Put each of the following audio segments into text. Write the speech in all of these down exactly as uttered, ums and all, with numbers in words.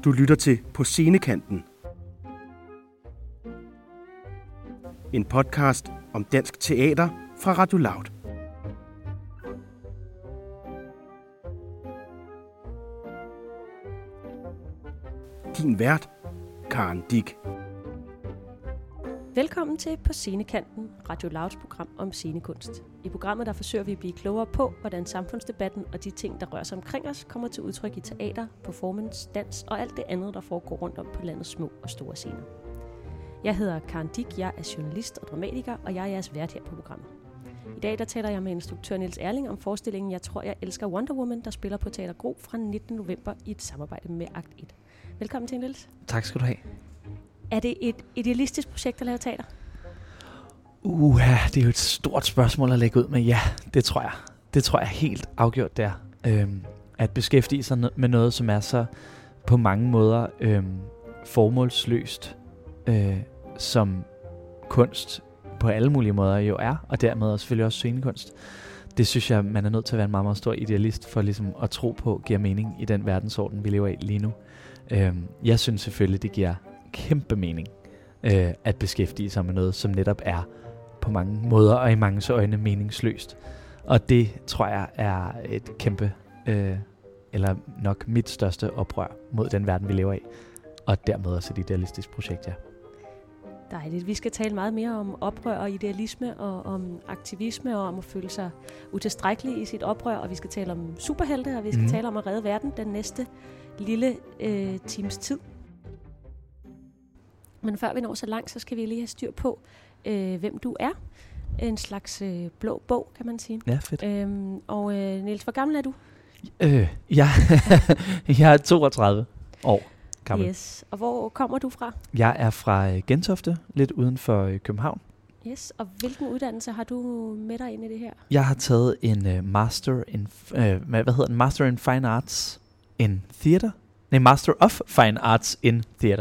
Du lytter til På Scenekanten. En podcast om dansk teater fra Radio Loud. Din vært, Karen Dick. Velkommen til På Scenekanten, Radio Louds program om scenekunst. I programmet der forsøger vi at blive klogere på, hvordan samfundsdebatten og de ting, der rører sig omkring os, kommer til udtryk i teater, performance, dans og alt det andet, der foregår rundt om på landets små og store scener. Jeg hedder Karen Dick, jeg er journalist og dramatiker, og jeg er jeres vært her på programmet. I dag der taler jeg med instruktør Niels Erling om forestillingen Jeg tror, jeg elsker Wonder Woman, der spiller på Teater Gro fra nittende november i et samarbejde med Akt et. Velkommen til, Niels. Tak skal du have. Er det et idealistisk projekt at lave teater? Uha, det er jo et stort spørgsmål at lægge ud med. Ja, det tror jeg. Det tror jeg helt afgjort, det er. Øhm, at beskæftige sig med noget, som er så på mange måder øhm, formålsløst, øh, som kunst på alle mulige måder jo er, og dermed også selvfølgelig også scenekunst. Det synes jeg, man er nødt til at være en meget, meget stor idealist for ligesom at tro på, giver mening i den verdensorden, vi lever i lige nu. Øhm, jeg synes selvfølgelig, det giver kæmpe mening øh, at beskæftige sig med noget, som netop er på mange måder og i mange øjne meningsløst. Og det tror jeg er et kæmpe, øh, eller nok mit største oprør mod den verden, vi lever i. Og dermed også et idealistisk projekt, ja. Dejligt. Vi skal tale meget mere om oprør og idealisme og om aktivisme og om at føle sig utilstrækkelig i sit oprør. Og vi skal tale om superhelte, og vi skal mm. tale om at redde verden den næste lille øh, times tid. Men før vi når så langt, så skal vi lige have styr på, øh, hvem du er. En slags øh, blå bog, kan man sige. Ja, fedt. Øhm, og øh, Niels, hvor gammel er du? Øh, ja, jeg er toogtredive år gammel. Yes. Og hvor kommer du fra? Jeg er fra øh, Gentofte, lidt uden for øh, København. Yes. Og hvilken uddannelse har du med dig ind i det her? Jeg har taget en øh, master in, øh, hvad hedder den? Master in Fine Arts in Theater. Nej, Master of Fine Arts in Theater.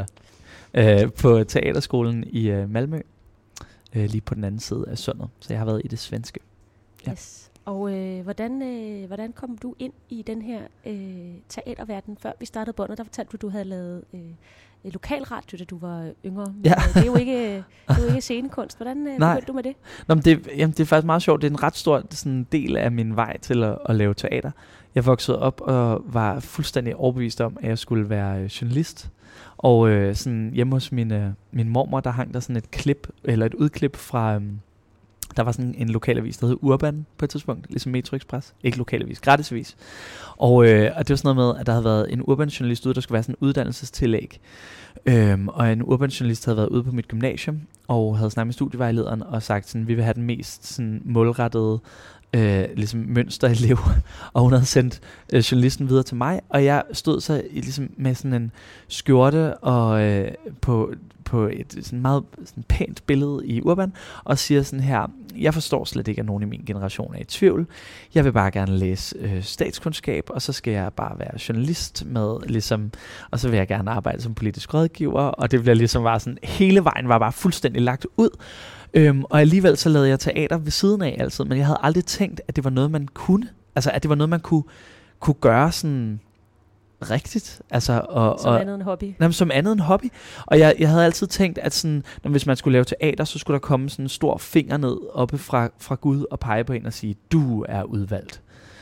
Øh, på teaterskolen i øh, Malmø, øh, lige på den anden side af sundet. Så jeg har været i det svenske. Ja. Yes. Og øh, hvordan, øh, hvordan kom du ind i den her øh, teaterverden? Før vi startede båndet, der fortalte du, at du havde lavet øh, lokalradio, da du var yngre. Men, ja. øh, det er jo ikke, det er jo ikke scenekunst. Hvordan øh, begyndte du med det? Nå, men det, jamen, det er faktisk meget sjovt. Det er en ret stor sådan, del af min vej til at, at lave teater. Jeg voksede op og var fuldstændig overbevist om, at jeg skulle være øh, journalist. Og øh, sådan hjemme hos min, øh, min mormor, der hang der sådan et klip, eller et udklip fra, øh, der var sådan en lokalavis, der hed Urban på et tidspunkt, ligesom Metro Express. Ikke lokalavis, gratisavis. Og, øh, og det var sådan noget med, at der havde været en urban journalist ude, der skulle være sådan en uddannelsestillæg. Øhm, og en urban journalist havde været ude på mit gymnasium, og havde snakket med studievejlederen og sagt sådan, vi vil have den mest sådan målrettede Øh, ligesom mønsterelev, og hun havde sendt øh, journalisten videre til mig, og jeg stod så i, ligesom med sådan en skjorte og øh, på, på et sådan meget sådan pænt billede i Urban, og siger sådan her, jeg forstår slet ikke, at nogen i min generation er i tvivl. Jeg vil bare gerne læse øh, statskundskab, og så skal jeg bare være journalist med, ligesom, og så vil jeg gerne arbejde som politisk rådgiver, og det bliver ligesom bare sådan, hele vejen var bare fuldstændig lagt ud. Øhm, og alligevel så lavede jeg teater ved siden af altid, men jeg havde aldrig tænkt, at det var noget, man kunne. Altså, at det var noget, man kunne, kunne gøre sådan rigtigt. Altså, og, som og, andet end hobby. Jamen, som andet end hobby. Og jeg, jeg havde altid tænkt, at sådan, når, hvis man skulle lave teater, så skulle der komme sådan en stor finger ned oppe fra, fra Gud og pege på en og sige, du er udvalgt.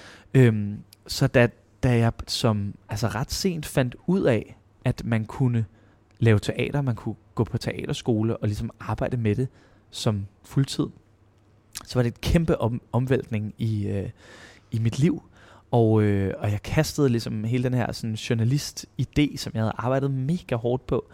Øhm, så da, da jeg som altså ret sent fandt ud af, at man kunne lave teater, man kunne gå på teaterskole og ligesom arbejde med det, som fuldtid, så var det et kæmpe om, omvæltning i, øh, i mit liv. Og, øh, og jeg kastede ligesom hele den her sådan, journalist-idé, som jeg havde arbejdet mega hårdt på,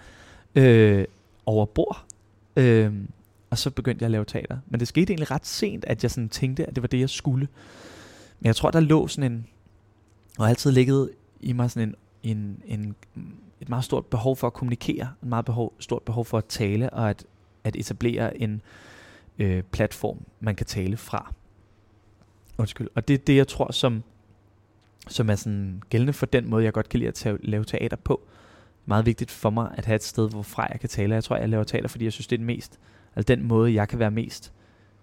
øh, over bord. Øh, og så begyndte jeg at lave teater. Men det skete egentlig ret sent, at jeg sådan tænkte, at det var det, jeg skulle. Men jeg tror, der lå sådan en, og altid ligget i mig sådan en, en, en, et meget stort behov for at kommunikere, et meget behov, stort behov for at tale, og at at etablere en øh, platform, man kan tale fra. Undskyld. Og det er det, jeg tror, som, som er sådan gældende for den måde, jeg godt kan lide at tage, lave teater på. Meget vigtigt for mig at have et sted, hvorfra jeg kan tale. Jeg tror, jeg laver teater, fordi jeg synes, det er den mest, altså den måde, jeg kan være mest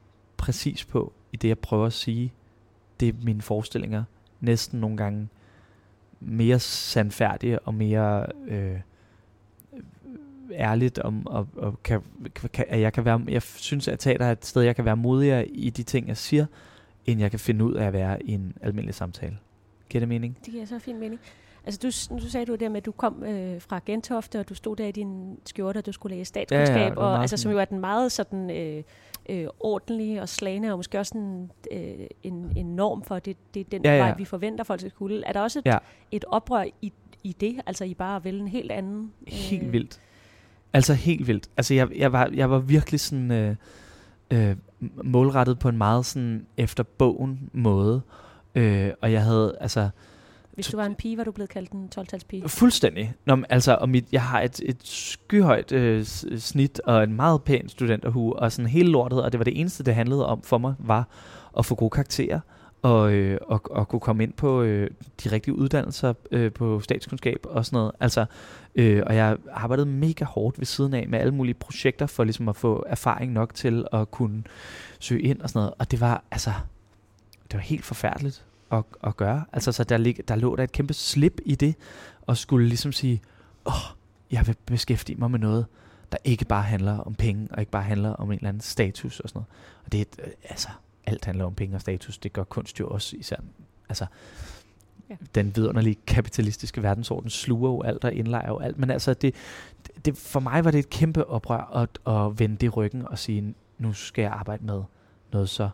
præcis på, i det, jeg prøver at sige. Det er mine forestillinger næsten nogle gange mere sandfærdig og mere øh, ærligt, om, og, og kan, kan, at jeg kan være, jeg synes, at teater er et sted, jeg kan være modigere i de ting, jeg siger, end jeg kan finde ud af at være i en almindelig samtale. Giver det mening? Det giver så fin mening. Altså, du, nu sagde du der med, at du kom øh, fra Gentofte, og du stod der i din skjorte, og du skulle læse statskundskab, ja, ja, og, altså, sådan, som jo er den meget sådan øh, øh, ordentlige og slagende, og måske også sådan, øh, en, en norm for, det, det er den ja, ja. vej, vi forventer folk skal skulle. Er der også et, ja. et oprør i, i det, altså i bare at vælge en helt anden? Øh... Helt vildt. Altså helt vildt. Altså jeg, jeg, var, jeg var virkelig sådan øh, øh, målrettet på en meget sådan efter bogen måde, øh, og jeg havde altså... Hvis du var en pige, var du blevet kaldt en tolv-talspige? Fuldstændig. Nå, men, altså, og mit, jeg har et, et skyhøjt øh, snit og en meget pæn studenterhue og sådan hele lortet, og det var det eneste, det handlede om for mig, var at få gode karakterer og, øh, og, og kunne komme ind på øh, de rigtige uddannelser øh, på statskundskab og sådan noget. Altså, øh, og jeg arbejdede mega hårdt ved siden af med alle mulige projekter for ligesom at få erfaring nok til at kunne søge ind og sådan noget. Og det var altså, det var helt forfærdeligt at, at gøre. Altså, så der, lig, der lå der et kæmpe slip i det, og skulle ligesom sige, åh, jeg vil beskæftige mig med noget, der ikke bare handler om penge, og ikke bare handler om en eller anden status og sådan noget. Og det er, altså, alt handler om penge og status, det gør kunst jo også især. Altså, ja. Den vidunderlige kapitalistiske verdensorden sluger jo alt og indlejer jo alt, men altså, det, det, for mig var det et kæmpe oprør at, at vende det ryggen og sige, nu skal jeg arbejde med noget så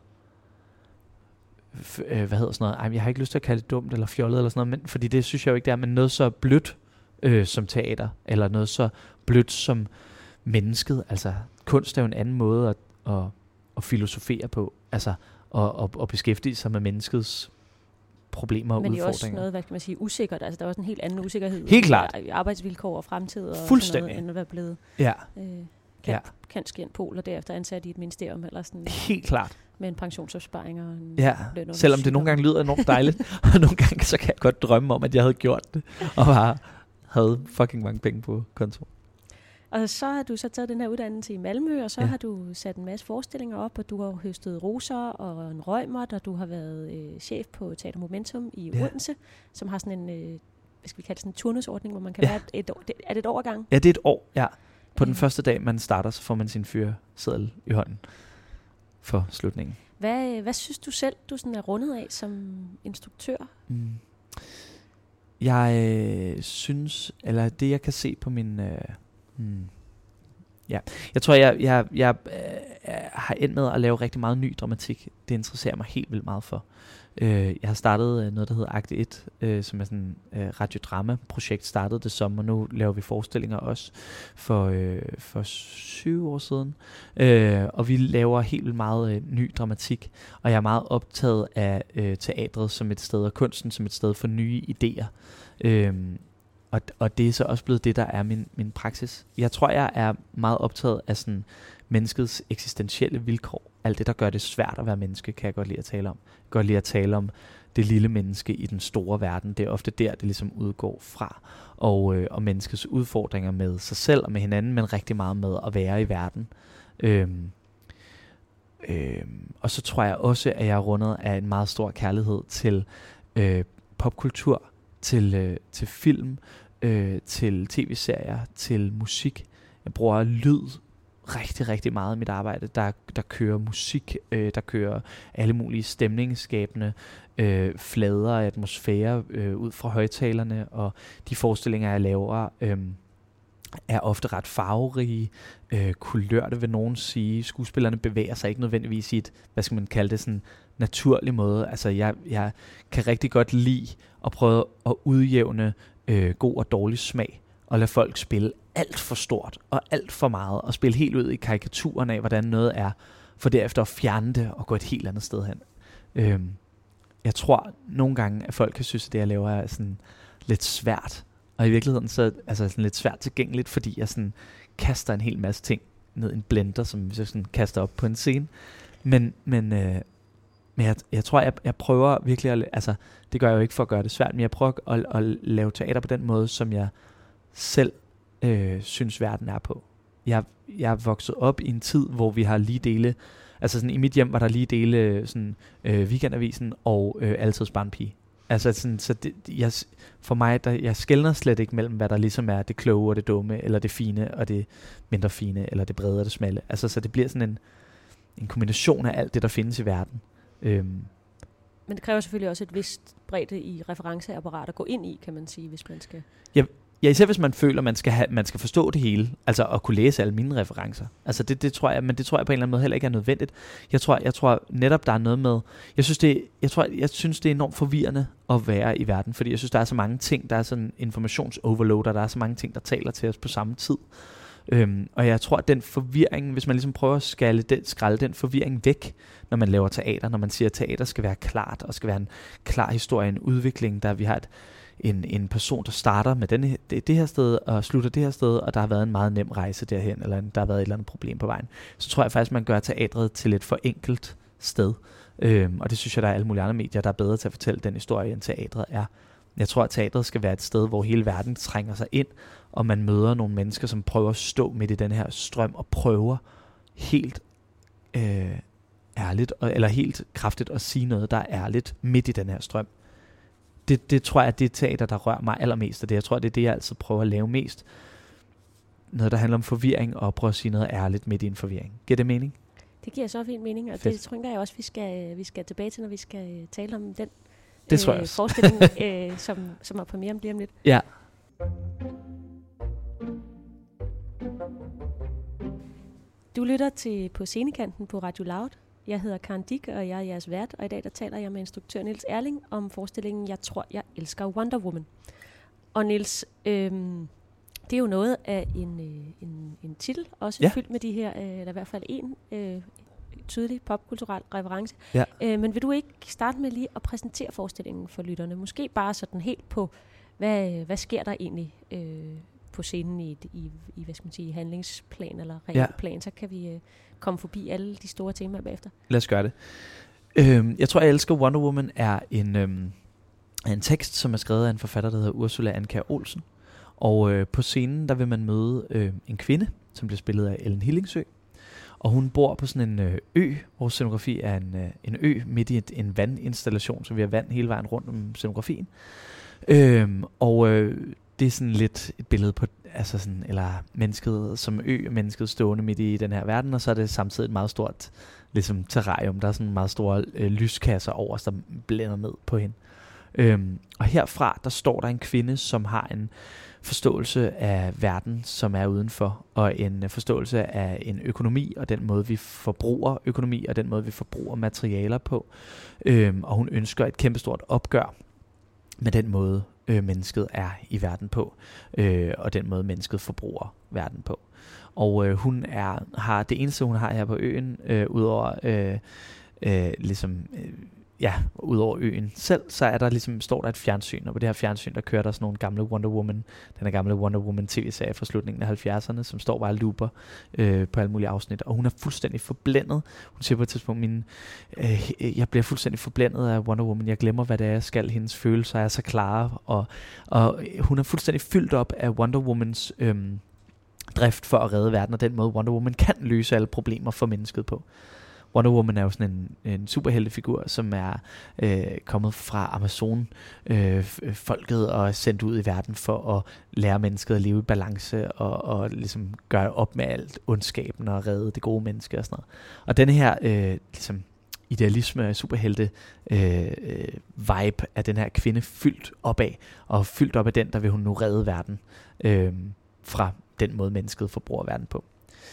F- øh, hvad hedder sådan noget, Ej, jeg har ikke lyst til at kalde det dumt eller fjollet eller sådan noget, men, fordi det synes jeg jo ikke det er, men noget så blødt øh, som teater, eller noget så blødt som mennesket. Altså kunst er jo en anden måde at, at, at filosofere på, altså at, at, at beskæftige sig med menneskets problemer og men udfordringer. Men det er også noget, hvad kan man sige, usikkert, altså der er også en helt anden usikkerhed helt klart. I arbejdsvilkår og fremtid og fuldstændig sådan noget, end at være blevet ja. øh, ja. kanskje en pol og derefter ansat i et ministerium eller sådan. Helt klart. Med en pensionsopsparing og en ja, selvom det nogle gange lyder enormt dejligt, og nogle gange så kan jeg godt drømme om, at jeg havde gjort det, og bare havde fucking mange penge på konto. Og så har du så taget den her uddannelse i Malmø, og så ja. har du sat en masse forestillinger op, og du har høstet roser og en røgmert, og du har været øh, chef på Teater Momentum i ja. Odense, som har sådan en, øh, hvad skal vi kalde det, sådan en turnusordning, hvor man kan ja. være et, et år. Det, er det et overgang? Ja, det er et år, ja. På den første dag, man starter, så får man sin fyreseddel i hånden for slutningen. Hvad, hvad synes du selv, du sådan er rundet af som instruktør? Mm. Jeg øh, synes, eller det jeg kan se på min... Øh, hmm, ja, jeg tror, jeg, jeg, jeg øh, har endt med at lave rigtig meget ny dramatik. Det interesserer mig helt vildt meget for. Øh, jeg har startet øh, noget, der hedder Akte et, øh, som er sådan et øh, radiodrama-projekt, startede det som, og nu laver vi forestillinger også for, øh, for syv år siden. Øh, og vi laver helt vildt meget øh, ny dramatik, og jeg er meget optaget af øh, teatret som et sted, og kunsten som et sted for nye idéer. Øh, og, og det er så også blevet det, der er min, min praksis. Jeg tror, jeg er meget optaget af sådan menneskets eksistentielle vilkår. Alt det, der gør det svært at være menneske, kan jeg godt lide at tale om. Jeg kan godt lide at tale om det lille menneske i den store verden. Det er ofte der, det ligesom udgår fra. Og, øh, og menneskets udfordringer med sig selv og med hinanden, men rigtig meget med at være i verden. Øhm, øhm, og så tror jeg også, at jeg er rundet af en meget stor kærlighed til øh, popkultur, til, øh, til film, øh, til tv-serier, til musik. Jeg bruger lyd rigtig, rigtig meget i mit arbejde. Der, der kører musik, øh, der kører alle mulige stemningsskabende øh, flader og atmosfære øh, ud fra højtalerne, og de forestillinger, jeg laver, øh, er ofte ret farverige, øh, kulørte vil nogen sige. Skuespillerne bevæger sig ikke nødvendigvis i et, hvad skal man kalde det, sådan naturlig måde. Altså, jeg, jeg kan rigtig godt lide at prøve at udjævne øh, god og dårlig smag, og lade folk spille alt for stort og alt for meget, og spille helt ud i karikaturen af, hvordan noget er, for derefter at fjerne det og gå et helt andet sted hen. Øhm, jeg tror nogle gange, at folk kan synes, at det, jeg laver, er sådan lidt svært, og i virkeligheden så altså sådan lidt svært tilgængeligt, fordi jeg sådan kaster en hel masse ting ned i en blender, som vi så sådan kaster op på en scene. Men, men, øh, men jeg, jeg tror, jeg, jeg prøver virkelig at, altså det gør jeg jo ikke for at gøre det svært, men jeg prøver at, at lave teater på den måde, som jeg selv øh, synes verden er på. Jeg, jeg er vokset op i en tid, hvor vi har lige dele, altså sådan i mit hjem var der lige dele sådan øh, Weekendavisen og øh, Altids Barnpige. Altså sådan, så det, jeg, for mig, der, jeg skelner slet ikke mellem, hvad der ligesom er det kloge og det dumme, eller det fine og det mindre fine, eller det brede og det smalle. Altså, så det bliver sådan en, en kombination af alt det, der findes i verden. Øhm. Men det kræver selvfølgelig også et vist bredde i referenceapparat at gå ind i, kan man sige, hvis man skal... Ja, ja, især hvis man føler, man skal have, man skal forstå det hele, altså at kunne læse alle mine referencer. Altså det, det tror jeg, men det tror jeg på en eller anden måde heller ikke er nødvendigt. Jeg tror, jeg tror netop der er noget med, jeg synes det, jeg tror, jeg synes det er enormt forvirrende at være i verden, fordi jeg synes der er så mange ting, der er sådan informationsoverload, og der er så mange ting, der taler til os på samme tid. Øhm, og jeg tror, at den forvirring, hvis man ligesom prøver at skalle den, skralde den forvirring væk, når man laver teater, når man siger, at teater skal være klart, og skal være en klar historie, en udvikling, der vi har et En, en person, der starter med denne, det, det her sted og slutter det her sted, og der har været en meget nem rejse derhen, eller en, der har været et eller andet problem på vejen, så tror jeg faktisk, man gør teatret til et for enkelt sted. Øhm, og det synes jeg, der er alle mulige andre medier, der er bedre til at fortælle den historie, end teatret er. Jeg tror, at teatret skal være et sted, hvor hele verden trænger sig ind, og man møder nogle mennesker, som prøver at stå midt i den her strøm, og prøver helt øh, ærligt, eller helt kraftigt at sige noget, der er ærligt midt i den her strøm. Det, det tror jeg, at det er teater, der rører mig allermest, og det, jeg tror, det er det, jeg altid prøver at lave mest. Noget, der handler om forvirring, og prøve at sige noget ærligt midt i en forvirring. Giver det mening? Det giver så fin mening, og Fedt. Det tror jeg også, vi skal, vi skal tilbage til, når vi skal tale om den det tror jeg øh, forestilling, øh, som, som er premiere om lige om lidt. Ja. Du lytter til På Scenekanten på Radio Loud. Jeg hedder Karen Dick, og jeg er jeres vært, og i dag der taler jeg med instruktør Niels Erling om forestillingen Jeg tror, jeg elsker Wonder Woman. Og Niels, øhm, det er jo noget af en, øh, en, en titel, også ja. Fyldt med de her, øh, eller i hvert fald en øh, tydelig popkulturel reference. Ja. Øh, men vil du ikke starte med lige at præsentere forestillingen for lytterne? Måske bare sådan helt på, hvad, hvad sker der egentlig øh, på scenen i, i, i hvad skal man sige, handlingsplan eller realplan, ja. Så kan vi... Øh, komme forbi alle de store temaer bagefter. Lad os gøre det. Øhm, jeg tror, jeg elsker Wonder Woman er en, øhm, en tekst, som er skrevet af en forfatter, der hedder Ursula Andkjær Olsen. Og øh, på scenen, der vil man møde øh, en kvinde, som bliver spillet af Ellen Hillingsø. Og hun bor på sådan en øh, ø. Vores scenografi er en, øh, en ø midt i et, en vandinstallation, så vi har vand hele vejen rundt om scenografien. Øhm, og øh, det er sådan lidt et billede på, altså sådan, eller mennesket som ø, mennesket stående midt i den her verden, og så er det samtidig et meget stort ligesom, terrarium. Der er sådan meget store øh, lyskasser over, der blænder ned på hende. Øhm, og herfra, der står der en kvinde, som har en forståelse af verden, som er udenfor, og en forståelse af en økonomi, og den måde, vi forbruger økonomi, og den måde, vi forbruger materialer på. Øhm, og hun ønsker et kæmpestort opgør med den måde, øh, mennesket er i verden på, øh, og den måde, mennesket forbruger verden på. Og øh, hun er har det eneste, hun har her på øen, øh, udover øh, øh, ligesom øh, ja, udover øen selv, så er der ligesom, står der et fjernsyn, og på det her fjernsyn, der kører der sådan nogle gamle Wonder Woman, den her gamle Wonder Woman tv-serie fra slutningen af halvfjerdserne, som står bare og looper øh, på alle mulige afsnit, og hun er fuldstændig forblændet. Hun siger på et tidspunkt, min, øh, jeg bliver fuldstændig forblændet af Wonder Woman, jeg glemmer, hvad det er, jeg skal, hendes følelser er så klare, og, og hun er fuldstændig fyldt op af Wonder Womans øh, drift for at redde verden, og den måde Wonder Woman kan løse alle problemer for mennesket på. Wonder Woman er jo sådan en, en superheltefigur, som er øh, kommet fra Amazon-folket øh, og er sendt ud i verden for at lære mennesket at leve i balance og, og ligesom gøre op med alt ondskaben og redde det gode menneske og sådan noget. Og denne her øh, ligesom idealisme og superhelte øh, øh, vibe af den her kvinde fyldt op af, og fyldt op af den, der vil hun nu redde verden øh, fra den måde, mennesket forbruger verden på.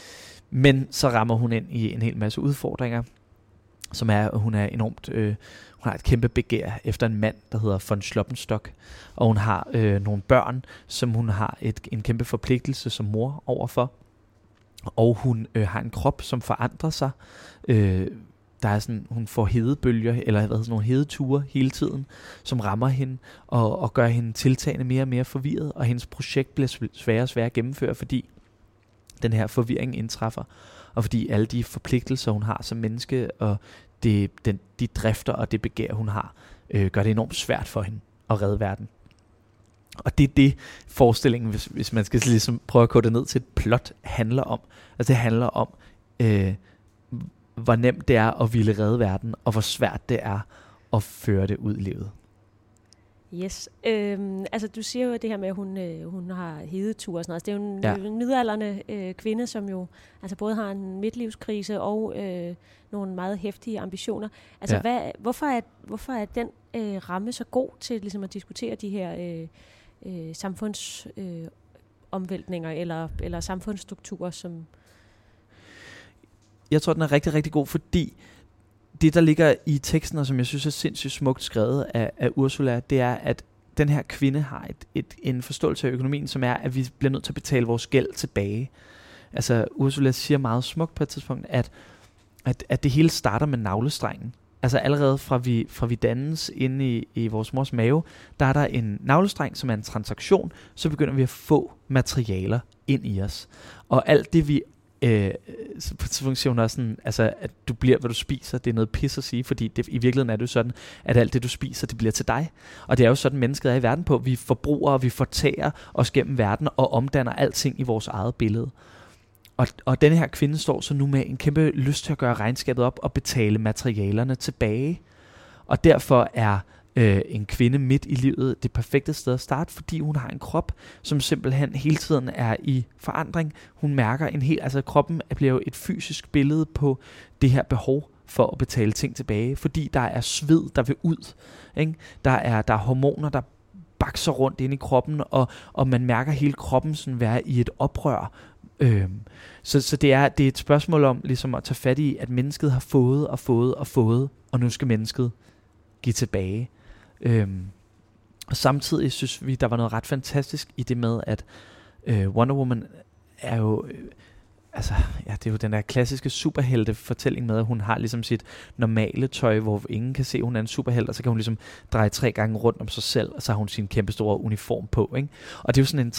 Men så rammer hun ind i en hel masse udfordringer, som er, hun er enormt, øh, hun har et kæmpe begær efter en mand, der hedder von Schloppenstock, og hun har øh, nogle børn, som hun har et, en kæmpe forpligtelse som mor overfor, og hun øh, har en krop, som forandrer sig. Øh, der er sådan, hun får hedebølger, eller hvad hedder sådan nogle hedeture hele tiden, som rammer hende og, og gør hende tiltagende mere og mere forvirret, og hendes projekt bliver sværere og sværere at gennemføre, fordi den her forvirring indtræffer, og fordi alle de forpligtelser, hun har som menneske, og det, den, de drifter og det begær, hun har, øh, gør det enormt svært for hende at redde verden. Og det er det, forestillingen, hvis, hvis man skal ligesom prøve at kode det ned til et plot, handler om. Altså det handler om, øh, hvor nemt det er at ville redde verden, og hvor svært det er at føre det ud i livet. Yes. Øhm, altså, du siger jo det her med, at hun, øh, hun har hedetur og sådan noget. Altså, det er jo en, ja. en midaldrende øh, kvinde, som jo altså både har en midtlivskrise og øh, nogle meget heftige ambitioner. Altså, ja. hvad, hvorfor, er, hvorfor er den øh, ramme så god til ligesom at diskutere de her øh, øh, samfundsomvæltninger øh, eller, eller samfundsstrukturer, som... Jeg tror, den er rigtig, rigtig god, fordi det, der ligger i teksten, og som jeg synes er sindssygt smukt skrevet af, af Ursula, det er, at den her kvinde har et, et, en forståelse af økonomien, som er, at vi bliver nødt til at betale vores gæld tilbage. Altså, Ursula siger meget smukt på et tidspunkt, at, at, at det hele starter med navlestrengen. Altså allerede fra vi, fra vi dannes inde i, i vores mors mave, der er der en navlestreng, som er en transaktion, så begynder vi at få materialer ind i os. Og alt det, vi Øh, på funktion er sådan, altså at du bliver hvad du spiser, det er noget pis at sige, fordi det, i virkeligheden er det jo sådan, at alt det du spiser, det bliver til dig. Og det er jo sådan mennesket er i verden på. Vi forbruger, vi fortærer os gennem verden og omdanner alting i vores eget billede. Og, og denne her kvinde står så nu med en kæmpe lyst til at gøre regnskabet op og betale materialerne tilbage. Og derfor er Øh, en kvinde midt i livet det perfekte sted at starte, fordi hun har en krop, som simpelthen hele tiden er i forandring. Hun mærker en helt, altså kroppen bliver jo et fysisk billede på det her behov for at betale ting tilbage, fordi der er sved, der vil ud, ikke? Der er, der er hormoner, der bakser rundt inde i kroppen, og, og man mærker hele kroppen sådan være i et oprør. Øhm, så så det, er, det er et spørgsmål om ligesom at tage fat i, at mennesket har fået og fået og fået, og nu skal mennesket give tilbage. Øhm, og samtidig synes vi, der var noget ret fantastisk i det med, at øh, Wonder Woman er jo, øh, altså, ja, det er jo den der klassiske superhelte fortælling med, at hun har ligesom sit normale tøj, hvor ingen kan se, at hun er en superhelt, og så kan hun ligesom dreje tre gange rundt om sig selv, og så har hun sin kæmpe store uniform på, ikke? Og det er jo sådan en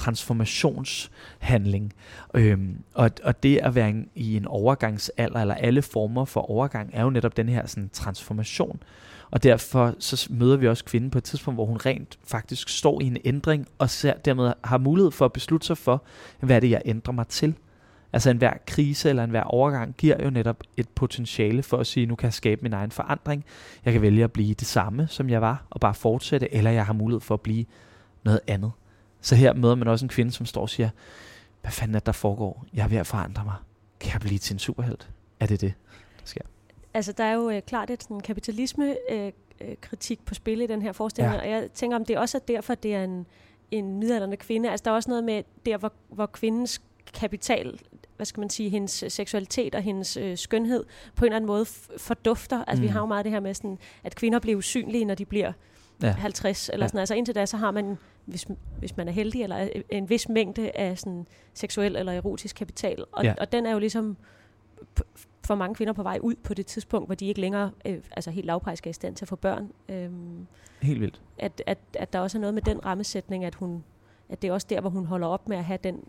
transformationshandling. Øhm, og, og det at være en, i en overgangsalder, eller alle former for overgang, er jo netop den her sådan transformation. Og derfor så møder vi også kvinden på et tidspunkt, hvor hun rent faktisk står i en ændring, og ser, dermed har mulighed for at beslutte sig for, hvad er det, jeg ændrer mig til. Altså enhver krise eller enhver overgang giver jo netop et potentiale for at sige, nu kan jeg skabe min egen forandring. Jeg kan vælge at blive det samme, som jeg var, og bare fortsætte, eller jeg har mulighed for at blive noget andet. Så her møder man også en kvinde, som står og siger, hvad fanden er det, der foregår? Jeg er ved at forandre mig. Kan jeg blive til en superhelt? Er det det, der sker? Altså, der er jo øh, klart et sådan kapitalisme-kritik øh, på spil i den her forestilling, ja. Og jeg tænker, om det også er derfor, det er en, en midaldrende kvinde. Altså, der er også noget med der, hvor, hvor kvindens kapital, hvad skal man sige, hendes seksualitet og hendes øh, skønhed på en eller anden måde f- fordufter. Altså, mm. vi har jo meget det her med, sådan, at kvinder bliver usynlige, når de bliver ja. halvtreds, eller ja. sådan. Altså, indtil da, så har man, hvis, hvis man er heldig, eller en vis mængde af sådan, seksuel eller erotisk kapital. Og, ja. og den er jo ligesom for mange kvinder på vej ud på det tidspunkt, hvor de ikke længere øh, altså helt lavpraktisk er i stand til at få børn. Øhm, helt vildt. At, at, at der også er noget med den rammesætning, at, hun, at det er også der, hvor hun holder op med at have den.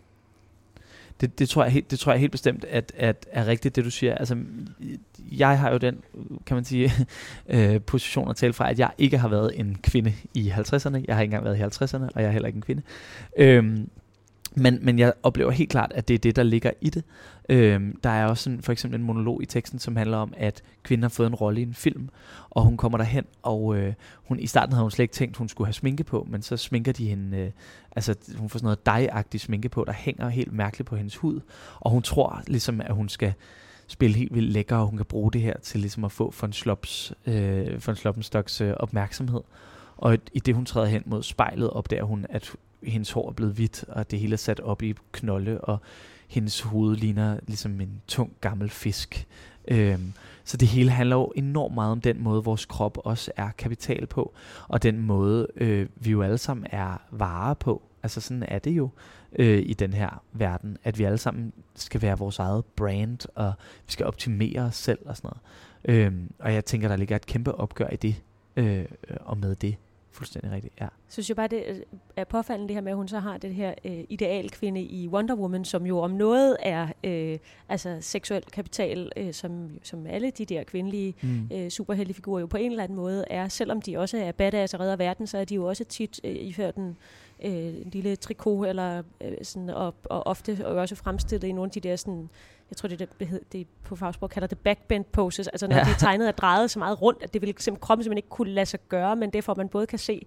Det, det, tror jeg helt, det tror jeg helt bestemt, at, at er rigtigt, det du siger. Altså, jeg har jo den, kan man sige, øh, position at tale fra, at jeg ikke har været en kvinde i halvtredserne. Jeg har ikke engang været i halvtredserne, og jeg er heller ikke en kvinde. Øhm, Men, men jeg oplever helt klart, at det er det, der ligger i det. Øhm, der er også en, for eksempel en monolog i teksten, som handler om, at kvinden har fået en rolle i en film, og hun kommer derhen, og øh, hun, i starten havde hun slet ikke tænkt, at hun skulle have sminke på, men så sminker de hende, øh, altså hun får sådan noget dye-agtigt sminke på, der hænger helt mærkeligt på hendes hud, og hun tror ligesom, at hun skal spille helt vildt lækker, og hun kan bruge det her til ligesom at få von Slops, øh, von Sloppenstocks øh, opmærksomhed. Og i det, hun træder hen mod spejlet, opdager hun, at hendes hår er blevet hvidt, og det hele er sat op i knolde, og hendes hoved ligner ligesom en tung gammel fisk. Øhm, så det hele handler jo enormt meget om den måde, vores krop også er kapital på, og den måde, øh, vi jo alle sammen er varer på. Altså sådan er det jo øh, i den her verden, at vi alle sammen skal være vores eget brand, og vi skal optimere os selv og sådan noget. Øhm, og jeg tænker, der ligger et kæmpe opgør i det, øh, og med det. Fuldstændig rigtigt, ja. Så synes jeg bare, det er påfaldende det her med, at hun så har det her øh, idealkvinde i Wonder Woman, som jo om noget er øh, altså seksuel kapital, øh, som, som alle de der kvindelige mm. øh, superheltefigurer jo på en eller anden måde er. Selvom de også er badass og redder verden, så er de jo også tit øh, iført en, øh, en lille trikot, eller øh, sådan, og, og ofte og også fremstillet i nogle af de der sådan, jeg tror, det, det, det, det på fagsprog kalder det backbend poses, altså når ja. de er tegnet og drejet så meget rundt, at det vil simpelthen kroppen simpelthen ikke kunne lade sig gøre, men det for, at man både kan se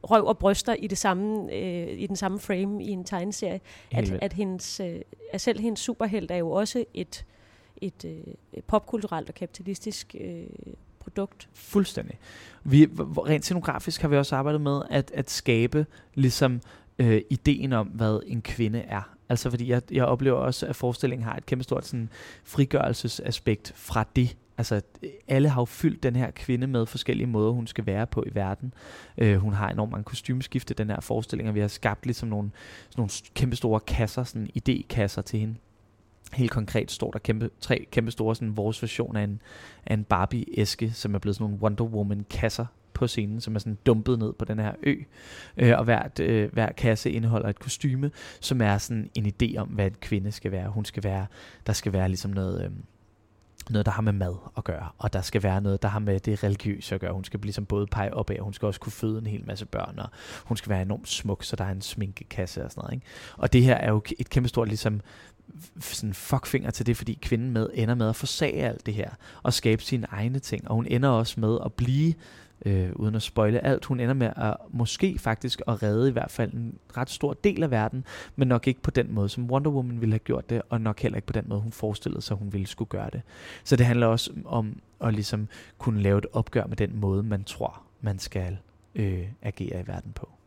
røv og bryster i det samme øh, i den samme frame i en tegneserie. At, at, hendes, øh, at selv hendes superhelt er jo også et, et øh, popkulturelt og kapitalistisk øh, produkt. Fuldstændig. Vi, rent scenografisk har vi også arbejdet med at, at skabe ligesom øh, ideen om, hvad en kvinde er. Altså fordi jeg, jeg oplever også, at forestillingen har et kæmpestort sådan, frigørelsesaspekt fra det. Altså alle har jo fyldt den her kvinde med forskellige måder, hun skal være på i verden. Øh, hun har enormt mange kostymeskifte, den her forestilling, og vi har skabt ligesom nogle, sådan nogle kæmpestore kasser, sådan idékasser til hende. Helt konkret står der kæmpe, tre kæmpe store, sådan vores version af en, af en Barbie-æske, som er blevet sådan nogle Wonder Woman-kasser på scenen, som er sådan dumpet ned på den her ø. Øh, og hvert, øh, hver kasse indeholder et kostyme, som er sådan en idé om, hvad en kvinde skal være. Hun skal være, der skal være ligesom noget, øh, noget, der har med mad at gøre, og der skal være noget, der har med det religiøse at gøre. Hun skal ligesom både pege opad, og hun skal også kunne føde en hel masse børn, og hun skal være enormt smuk, så der er en sminkekasse og sådan noget, ikke? Og det her er jo et kæmpestort ligesom sådan fuckfinger til det, fordi kvinden med ender med at forsage alt det her og skabe sine egne ting, og hun ender også med at blive, øh, uden at spoile alt, hun ender med at måske faktisk at redde i hvert fald en ret stor del af verden, men nok ikke på den måde, som Wonder Woman ville have gjort det, og nok heller ikke på den måde, hun forestillede sig, hun ville skulle gøre det. Så det handler også om at ligesom kunne lave et opgør med den måde, man tror, man skal øh, agere i verden på.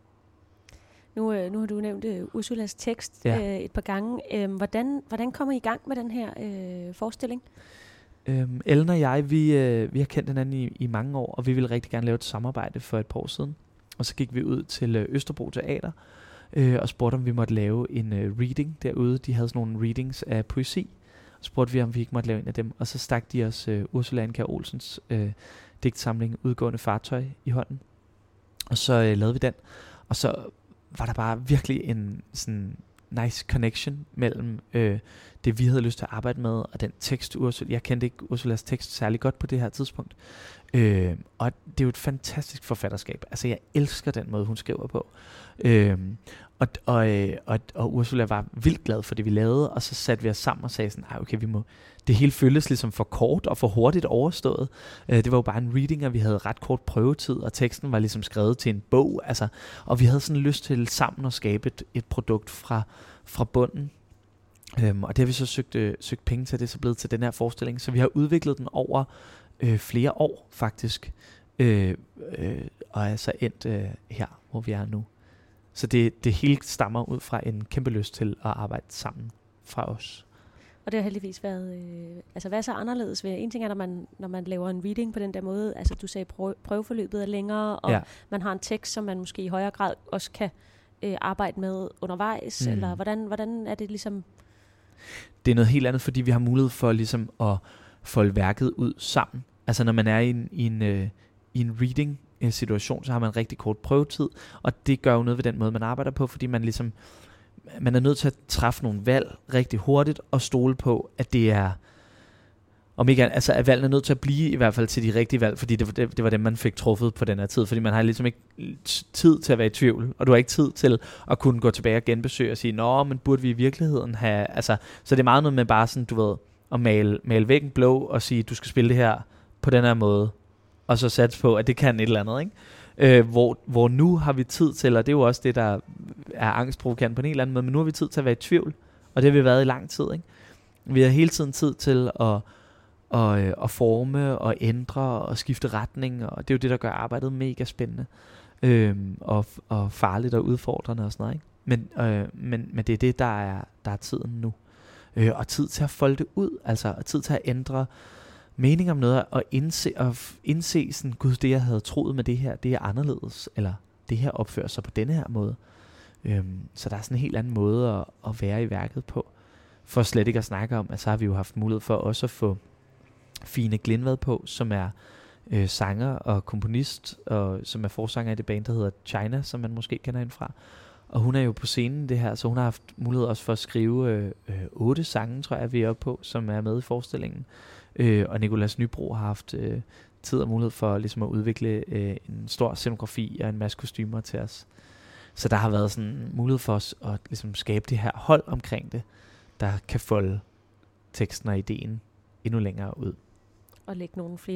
Nu, øh, nu har du nævnt øh, Ursulas tekst ja. øh, et par gange. Øh, hvordan, hvordan kommer I i gang med den her øh, forestilling? Øhm, Ellen og jeg, vi, øh, vi har kendt hinanden i, i mange år, og vi ville rigtig gerne lave et samarbejde for et par år siden. Og så gik vi ud til øh, Østerbro Teater øh, og spurgte, om vi måtte lave en øh, reading derude. De havde sådan nogle readings af poesi. Og spurgte vi, om vi ikke måtte lave en af dem. Og så stak de os øh, Ursula Andkjær Olsens øh, digtsamling Udgående Fartøj i hånden. Og så øh, lavede vi den. Og så var der bare virkelig en sådan nice connection mellem øh, det, vi havde lyst til at arbejde med, og den tekst, Ursula. Jeg kendte ikke Ursulas tekst særlig godt på det her tidspunkt. Øh, og det er jo et fantastisk forfatterskab. Altså, jeg elsker den måde, hun skriver på. Øh, og, og, og, og Ursula var vildt glad for det, vi lavede, og så satte vi os sammen og sagde sådan, ej, okay, vi må... Det hele føltes ligesom for kort og for hurtigt overstået. Øh, det var jo bare en reading, og vi havde ret kort prøvetid, og teksten var ligesom skrevet til en bog. Altså, og vi havde sådan lyst til sammen at skabe et, et produkt fra, fra bunden. Øhm, og det har vi så søgt, øh, søgt penge til, det er så blevet til den her forestilling. Så vi har udviklet den over øh, flere år, faktisk. Øh, øh, og er så endt øh, her, hvor vi er nu. Så det, det hele stammer ud fra en kæmpe lyst til at arbejde sammen fra os. Og det har heldigvis været, øh, altså hvad er så anderledes ved? En ting er, når man, når man laver en reading på den der måde, altså du sagde, prøve, prøveforløbet er længere, og ja. Man har en tekst, som man måske i højere grad også kan øh, arbejde med undervejs, mm. eller hvordan, hvordan er det ligesom? Det er noget helt andet, fordi vi har mulighed for ligesom at folde værket ud sammen. Altså når man er i en, i en, øh, i en reading situation, så har man en rigtig kort prøvetid, og det gør jo noget ved den måde, man arbejder på, fordi man ligesom man er nødt til at træffe nogle valg rigtig hurtigt og stole på, at det er, om ikke altså at valgene er nødt til at blive i hvert fald til de rigtige valg, fordi det, det, det var det, man fik truffet på den her tid, fordi man har ligesom ikke tid til at være i tvivl, og du har ikke tid til at kunne gå tilbage og genbesøge og sige, nå, men burde vi i virkeligheden have, altså, så det er meget noget med bare sådan, du ved, at male, male væggen blå og sige, du skal spille det her på den her måde, og så satse på, at det kan et eller andet, ikke? Øh, hvor, hvor nu har vi tid til, og det er jo også det, der er angstprovokerende på en eller anden måde, men nu har vi tid til at være i tvivl, og det har vi været i lang tid, ikke? Vi har hele tiden tid til at, at, at forme og ændre og skifte retning, og det er jo det, der gør arbejdet mega spændende, øh, og, og farligt og udfordrende og sådan noget, ikke? Men, øh, men, men det er det, der er, der er tiden nu. Øh, og tid til at folde det ud, altså og tid til at ændre mening om noget, og indse, og indse sådan, gud, det jeg havde troet med det her, det er anderledes, eller det her opfører sig på denne her måde. Øhm, så der er sådan en helt anden måde at, at være i værket på. For slet ikke at snakke om, at så har vi jo haft mulighed for også at få Fine Glindvad på, som er øh, sanger og komponist, og som er forsanger i det band, der hedder China, som man måske kender hende fra. Og hun er jo på scenen det her, så hun har haft mulighed også for at skrive øh, øh, otte sange, tror jeg, vi er oppe på, som er med i forestillingen. Øh, og Nicolas Nybro har haft øh, tid og mulighed for ligesom at udvikle øh, en stor scenografi og en masse kostymer til os. Så der har været sådan mulighed for os at ligesom skabe det her hold omkring det, der kan folde teksten og ideen endnu længere ud. Og lægge nogle flere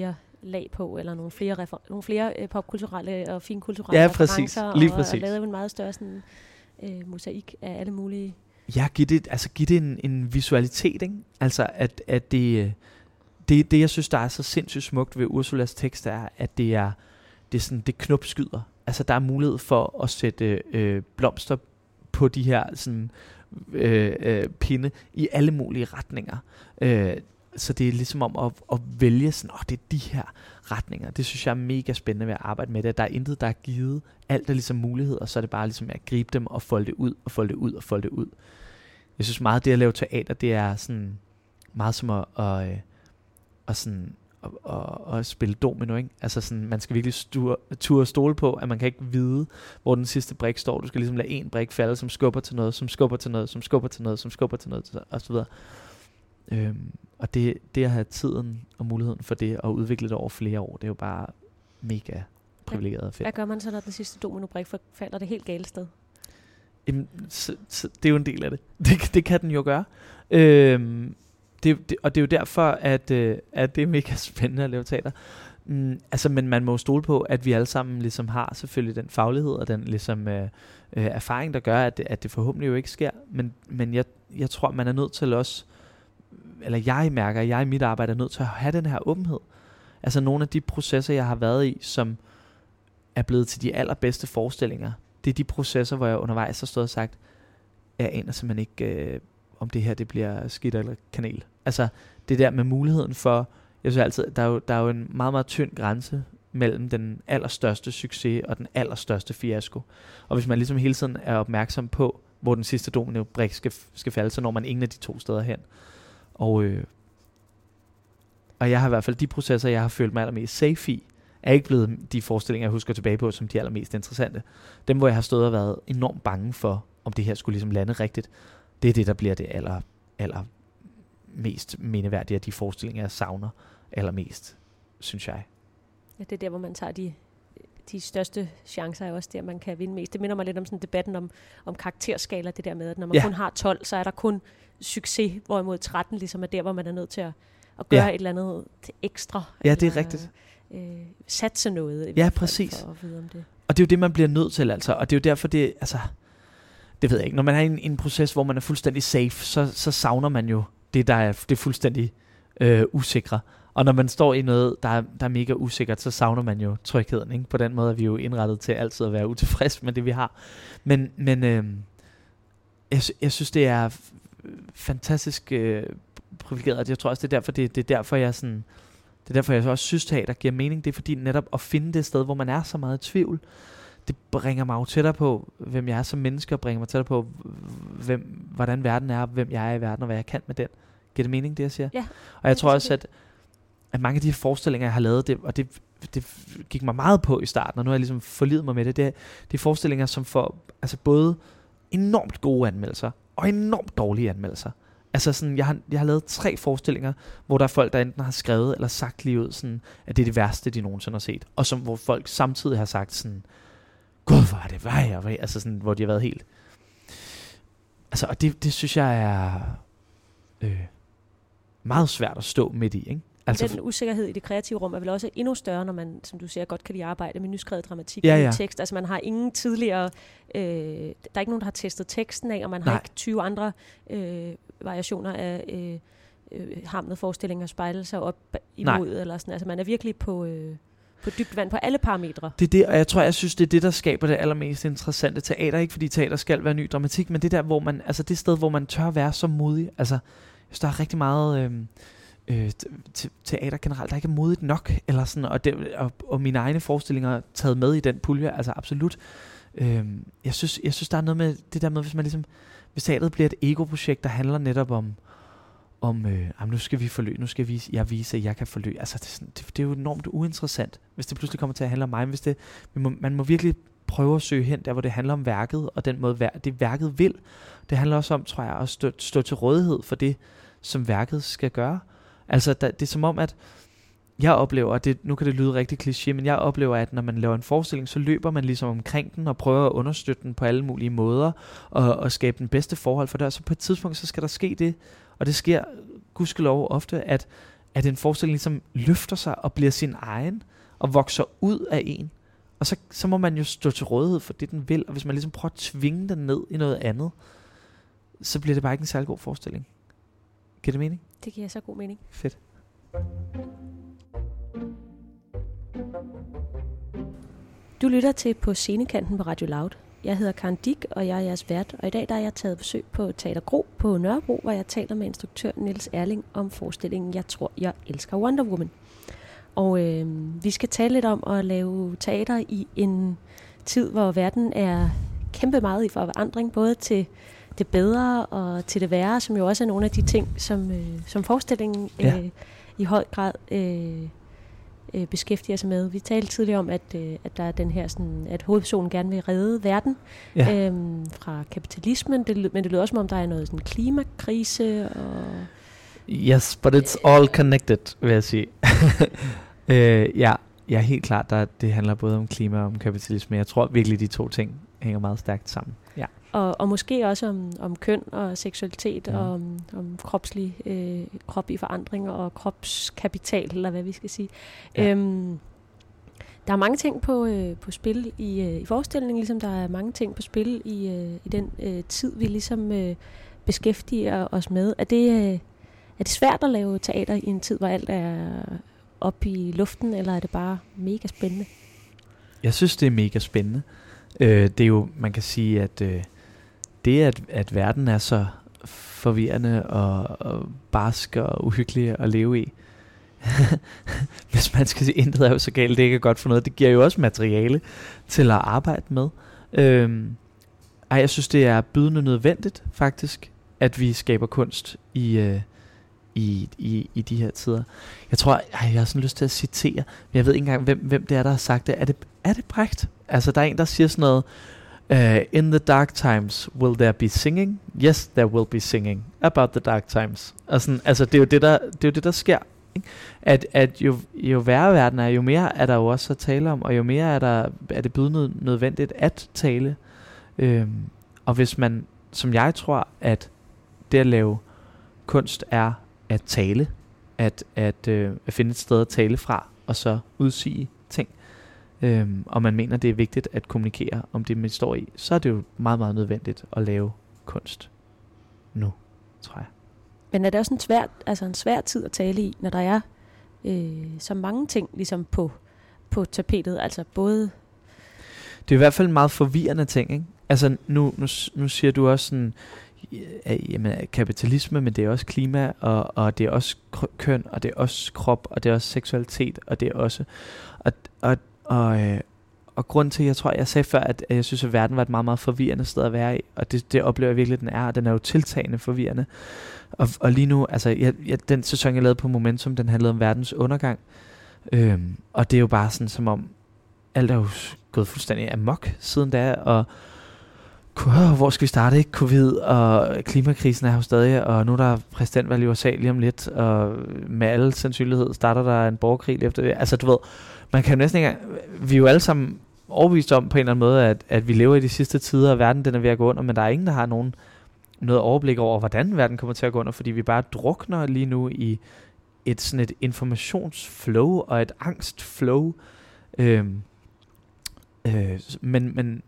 lag på, eller nogle flere, refer- nogle flere øh, popkulturelle og finkulturelle ja, referencer, præcis. Lige og, præcis. og lavet en meget større sådan, øh, mosaik af alle mulige. Ja, giv det, altså giv det en, en visualitet, ikke? Altså at, at det, det, det, jeg synes, der er så sindssygt smukt ved Ursulas tekst, er, at det er, det er sådan, det knopskyder. Altså der er mulighed for at sætte øh, blomster på de her sådan, øh, øh, pinde i alle mulige retninger. Øh, så det er ligesom om at, at vælge sådan, åh, det er de her retninger. Det synes jeg er mega spændende ved at arbejde med det. Der er intet, der er givet. Alt er ligesom muligheder, og så er det bare ligesom at gribe dem og folde det ud, og folde det ud, og folde det ud. Jeg synes meget, det at lave teater, det er sådan meget som at, at, at, at, sådan, at, at, at spille domino, ikke? Altså sådan, man skal virkelig sture, ture stole på, at man kan ikke vide, hvor den sidste brik står. Du skal ligesom lade en brik falde, som skubber til noget, som skubber til noget, som skubber til noget, som skubber til noget, og så videre. Øhm, og det, det at have tiden og muligheden for det, og udvikle det over flere år, det er jo bare mega privilegeret og fedt. Hvad gør man så, når den sidste domino-brik falder det helt gale sted? Jamen, så, så, det er jo en del af det. Det, det kan den jo gøre. Øhm, det, det, og det er jo derfor, at, øh, at det er mega spændende at lave teater. Mm, altså, men man må stole på, at vi alle sammen ligesom har selvfølgelig den faglighed og den ligesom, øh, øh, erfaring, der gør, at det, at det forhåbentlig jo ikke sker. Men, men jeg, jeg tror, man er nødt til også, eller jeg mærker, at jeg i mit arbejde er nødt til at have den her åbenhed. Altså nogle af de processer, jeg har været i, som er blevet til de allerbedste forestillinger, det er de processer, hvor jeg undervejs har stået og sagt, jeg aner simpelthen ikke, øh, om det her det bliver skidt eller kanel. Altså det der med muligheden for, jeg synes altid, der er jo, der er jo en meget, meget tynd grænse mellem den allerstørste succes og den allerstørste fiasko. Og hvis man ligesom hele tiden er opmærksom på, hvor den sidste domino-brik skal, skal falde, så når man ingen af de to steder hen. Og, øh, og jeg har i hvert fald de processer, jeg har følt mig allermest safe i, er ikke blevet de forestillinger, jeg husker tilbage på, som de allermest interessante. Dem, hvor jeg har stået og været enormt bange for, om det her skulle ligesom lande rigtigt, det er det, der bliver det aller, aller mest mindeværdige af de forestillinger, jeg savner allermest, synes jeg. Ja, det er der, hvor man tager de, de største chancer, er også der, man kan vinde mest. Det minder mig lidt om sådan debatten om, om karakterskala, det der med, at når man ja. kun har tolv, så er der kun succes, hvorimod tretten ligesom er der, hvor man er nødt til at, at gøre ja. et eller andet til ekstra. Ja, eller, det er rigtigt. Øh, satse noget. I ja, hvert fald, præcis. for at vide om det. Og det er jo det, man bliver nødt til, altså. Og det er jo derfor, det altså, det ved jeg ikke. Når man er i en, en proces, hvor man er fuldstændig safe, så, så savner man jo det, der er det fuldstændig øh, usikre. Og når man står i noget, der er, der er mega usikkert, så savner man jo trygheden, ikke? På den måde er vi jo indrettet til altid at være utilfreds med det, vi har. Men, men øh, jeg, jeg synes, det er f- fantastisk øh, privilegeret. Jeg tror også, det er derfor, det, det er derfor, jeg sådan... Det er derfor, jeg også synes, teater giver mening. Det er fordi netop at finde det sted, hvor man er så meget i tvivl, det bringer mig jo tættere på, hvem jeg er som menneske, og bringer mig tættere på, hvem, hvordan verden er, hvem jeg er i verden, og hvad jeg kan med den. Giver det mening, det jeg siger? Ja. Og jeg tror også, at, at mange af de her forestillinger, jeg har lavet, det, og det, det gik mig meget på i starten, og nu har jeg ligesom forlidet mig med det, det er, det er forestillinger, som får altså både enormt gode anmeldelser, og enormt dårlige anmeldelser. Altså sådan, jeg har, jeg har lavet tre forestillinger, hvor der er folk, der enten har skrevet eller sagt lige ud, sådan, at det er det værste, de nogensinde har set. Og som, hvor folk samtidig har sagt sådan, gud, hvor er det værre, altså sådan, hvor de har været helt. Altså, og det, det synes jeg er øh, meget svært at stå midt i, ikke? Altså den usikkerhed i det kreative rum er vel også endnu større, når man, som du siger, godt kan lide arbejde med nyskrevet dramatik ja, og ja. tekst. Altså man har ingen tidligere, øh, der er ikke nogen, der har testet teksten af, og man Nej. har ikke tyve andre øh, variationer af øh, øh, Hamlet forestillinger spejle sig op imod. Nej. Eller sådan. Altså man er virkelig på, øh, på dybt vand på alle parametre. Det er det, og jeg tror, jeg synes, det er det, der skaber det allermest interessante teater. Ikke fordi teater skal være ny dramatik, men det der, hvor man, altså det sted, hvor man tør være så modig. Altså, jeg synes, der er rigtig meget... Øh, Øh, te- teater generelt, der ikke er modigt nok eller sådan, og, det, og, og mine egne forestillinger taget med i den pulje, altså absolut. Øh, jeg synes, jeg synes der er noget med det der med, hvis man ligesom, hvis teateret bliver et ego-projekt, der handler netop om, om, øh, jamen, nu skal vi forløse, nu skal vi, jeg vise, at jeg kan forløse. Altså det er, sådan, det, det er jo enormt uinteressant, hvis det pludselig kommer til at handle om mig. Hvis det, man, må, man må virkelig prøve at søge hen der, hvor det handler om værket og den måde, det værket vil. Det handler også om, tror jeg, at stå, stå til rådighed for det, som værket skal gøre. Altså, der, det er som om, at jeg oplever, at det, nu kan det lyde rigtig kliché, men jeg oplever, at når man laver en forestilling, så løber man ligesom omkring den og prøver at understøtte den på alle mulige måder og, og skabe den bedste forhold for det. Og så på et tidspunkt, så skal der ske det, og det sker gudskelov ofte, at, at en forestilling ligesom løfter sig og bliver sin egen, og vokser ud af en. Og så, så må man jo stå til rådighed for det, den vil, og hvis man ligesom prøver at tvinge den ned i noget andet, så bliver det bare ikke en særlig god forestilling. Giver det mening? Det giver så god mening. Fedt. Du lytter til På Scenekanten på Radio Loud. Jeg hedder Karen Dick, og jeg er jeres vært, og i dag der er jeg taget besøg på Teater Gro på Nørrebro, hvor jeg taler med instruktør Niels Erling om forestillingen Jeg tror, jeg elsker Wonder Woman. Og øh, vi skal tale lidt om at lave teater i en tid, hvor verden er kæmpe meget i forandring, både til det bedre og til det værre, som jo også er nogle af de ting, som, øh, som forestillingen øh, ja. i høj grad øh, øh, beskæftiger sig med. Vi talte tidligere om, at, øh, at der er den her sådan, at hovedpersonen gerne vil redde verden ja. øh, fra kapitalismen, det, men det lyder også som om, der er noget sådan klimakrise og yes, but it's all connected, vil jeg sige. øh, ja, ja, helt klart, der, det handler både om klima og om kapitalisme. Jeg tror virkelig, de to ting hænger meget stærkt sammen. Ja. Og, og måske også om, om køn og seksualitet, ja. og om, om kropslig, øh, krop i forandring og kropskapital, eller hvad vi skal sige. Ja. Øhm, der er mange ting på, øh, på spil i, øh, i forestillingen, ligesom der er mange ting på spil i, øh, i den øh, tid, vi ligesom øh, beskæftiger os med. Er det... Øh, Er det svært at lave teater i en tid, hvor alt er oppe i luften, eller er det bare mega spændende? Jeg synes, det er mega spændende. Øh, det er jo, man kan sige, at øh, det, at, at verden er så forvirrende og, og barsk og uhyggelig at leve i, hvis man skal sige, intet er jo så galt, det ikke er godt for noget, det giver jo også materiale til at arbejde med. Øh, ej, jeg synes, det er bydende nødvendigt, faktisk, at vi skaber kunst i... Øh, I, i, i de her tider. Jeg tror, ej, jeg har sådan lyst til at citere, men jeg ved ikke engang, hvem, hvem det er, der har sagt det. Er det, er det Brecht? Altså, der er en, der siger sådan noget, uh, in the dark times, will there be singing? Yes, there will be singing about the dark times. Og sådan, altså, det er jo det, der, det er jo det, der sker. Ikke? At, at jo, jo værre verden er, jo mere er der jo også at tale om, og jo mere er, der, er det bydende nødvendigt at tale. Øhm, og hvis man, som jeg tror, at det at lave kunst er at tale, at, at, øh, at finde et sted at tale fra, og så udsige ting. Øhm, og man mener, det er vigtigt at kommunikere om det, man står i, så er det jo meget, meget nødvendigt at lave kunst nu, tror jeg. Men er det også en svær, altså en svær tid at tale i, når der er øh, så mange ting ligesom på, på tapetet, altså både... Det er i hvert fald en meget forvirrende ting, ikke? Altså nu, nu, nu siger du også sådan, jamen, kapitalisme, men det er også klima, og, og det er også køn, og det er også krop, og det er også seksualitet, og det er også... Og, og, og, øh, og grund til, jeg tror, jeg sagde før, at, at jeg synes, at verden var et meget, meget forvirrende sted at være i, og det, det oplever jeg virkelig, at den er, og den er jo tiltagende forvirrende. Og, og lige nu, altså, jeg, jeg, den sæson, jeg lavede på Momentum, den handlede om verdens undergang, øhm, og det er jo bare sådan, som om alt er jo gået fuldstændig amok siden da, og hvor skal vi starte, ikke? Covid og klimakrisen er jo stadig, og nu er der præsidentvalg i U S A lige om lidt, og med alle sandsynlighed starter der en borgerkrig efter det. Altså du ved, man kan jo næsten ikke, vi er jo alle sammen overbevist om på en eller anden måde, at, at vi lever i de sidste tider, og verden den er ved at gå under, men der er ingen, der har nogen, noget overblik over, hvordan verden kommer til at gå under, fordi vi bare drukner lige nu i et sådan et informationsflow og et angstflow. Øhm, øh, men, men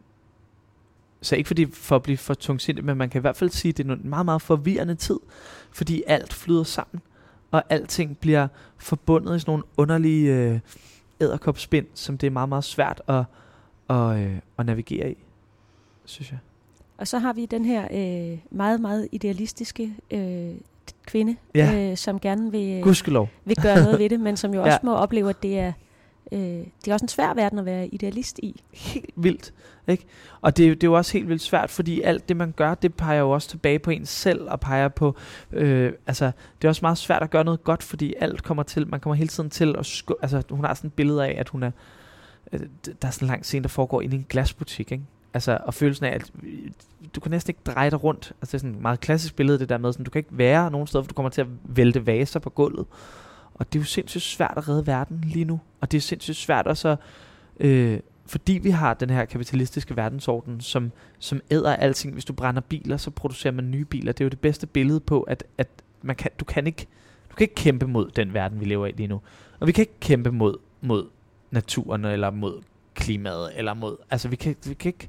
Så ikke fordi for at blive for tungsindig, men man kan i hvert fald sige, at det er en meget, meget forvirrende tid, fordi alt flyder sammen, og alting bliver forbundet i sådan nogle underlige øh, edderkopspind, som det er meget, meget svært at, at, øh, at navigere i, synes jeg. Og så har vi den her øh, meget, meget idealistiske øh, kvinde, ja. øh, som gerne vil, Gudskelov. vil gøre noget ved det, men som jo også ja. må opleve, at det er, øh, det er også en svær verden at være idealist i. Helt vildt, ikke? Og det, det er jo også helt vildt svært, fordi alt det, man gør, det peger jo også tilbage på en selv, og peger på, øh, altså, det er også meget svært at gøre noget godt, fordi alt kommer til, man kommer hele tiden til at skubbe, altså, hun har sådan et billede af, at hun er, øh, der er sådan en lang scene, der foregår inde i en glasbutik, ikke? Altså, og følelsen af, at du kan næsten ikke dreje dig rundt. Altså, det er sådan et meget klassisk billede, det der med, sådan, du kan ikke være nogen steder, for du kommer til at vælte vaser på gulvet. Og det er jo sindssygt svært at redde verden lige nu. Og det er sindssygt svært også, øh, fordi vi har den her kapitalistiske verdensorden, som, som æder alting. Hvis du brænder biler, så producerer man nye biler. Det er jo det bedste billede på, at, at man kan, du, kan ikke, Du kan ikke kæmpe mod den verden, vi lever i lige nu. Og vi kan ikke kæmpe mod, mod naturen, eller mod klimaet, eller mod... Altså, vi kan, vi kan ikke...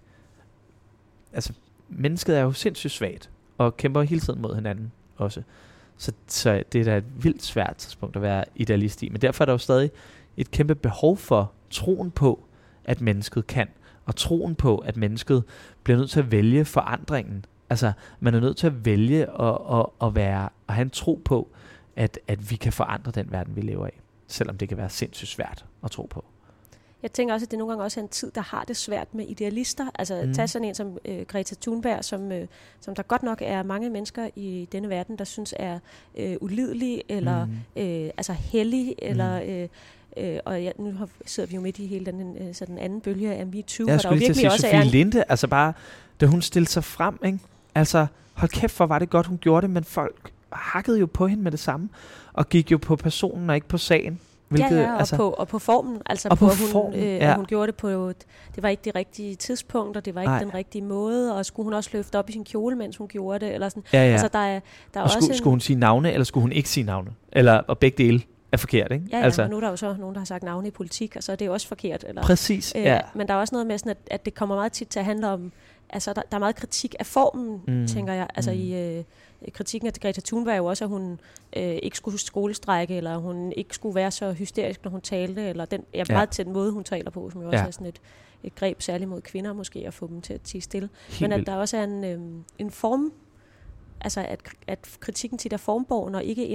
Altså, mennesket er jo sindssygt svagt, og kæmper hele tiden mod hinanden også. Så, så det er da et vildt svært tidspunkt at være idealist i. Men derfor er der jo stadig et kæmpe behov for troen på, at mennesket kan. Og troen på, at mennesket bliver nødt til at vælge forandringen. Altså, man er nødt til at vælge at, at, at, være, at have en tro på, at, at vi kan forandre den verden, vi lever i. Selvom det kan være sindssygt svært at tro på. Jeg tænker også, at det nogle gange også er en tid, der har det svært med idealister. Altså mm. tag sådan en som øh, Greta Thunberg, som, øh, som der godt nok er mange mennesker i denne verden, der synes er øh, ulidelig, eller mm. øh, altså hellig, mm. eller... Øh, Øh, og ja, nu har, sidder vi jo midt i hele den, øh, så den anden bølge af MeToo. Jeg skulle lige til at sige, Sofie en... Linde, altså bare, da hun stillede sig frem, ikke? Altså, hold kæft, hvor var det godt, hun gjorde det, men folk hakkede jo på hende med det samme, og gik jo på personen og ikke på sagen. Hvilket, ja, ja, og, altså, på, og på formen. Altså og på, på hun, formen, øh, ja. Hun gjorde det på, det var ikke det rigtige tidspunkt, og det var ikke Nej. den rigtige måde, og skulle hun også løfte op i sin kjole, mens hun gjorde det, eller sådan. Ja, ja. Altså, der er, der er og også skulle, en... skulle hun sige navne, eller skulle hun ikke sige navne? Eller, og begge dele er forkert, ikke? Ja, ja, altså. og nu er der jo så nogen, der har sagt navne i politik, og så er det jo også forkert. Eller, Præcis, øh, ja. Men der er også noget med sådan, at, at det kommer meget tit til at handle om, altså der, der er meget kritik af formen, mm. tænker jeg. Altså mm. i øh, kritikken af Greta Thunberg er jo også, at hun øh, ikke skulle skolestrække, eller hun ikke skulle være så hysterisk, når hun talte, eller den, ja, meget ja. til den måde, hun taler på, som jo også ja. er sådan et, et greb særligt mod kvinder, måske at få dem til at tie stille. Helt men at vildt. Der også er en, øh, en form, altså at, at kritikken tit er formborgen, og ikke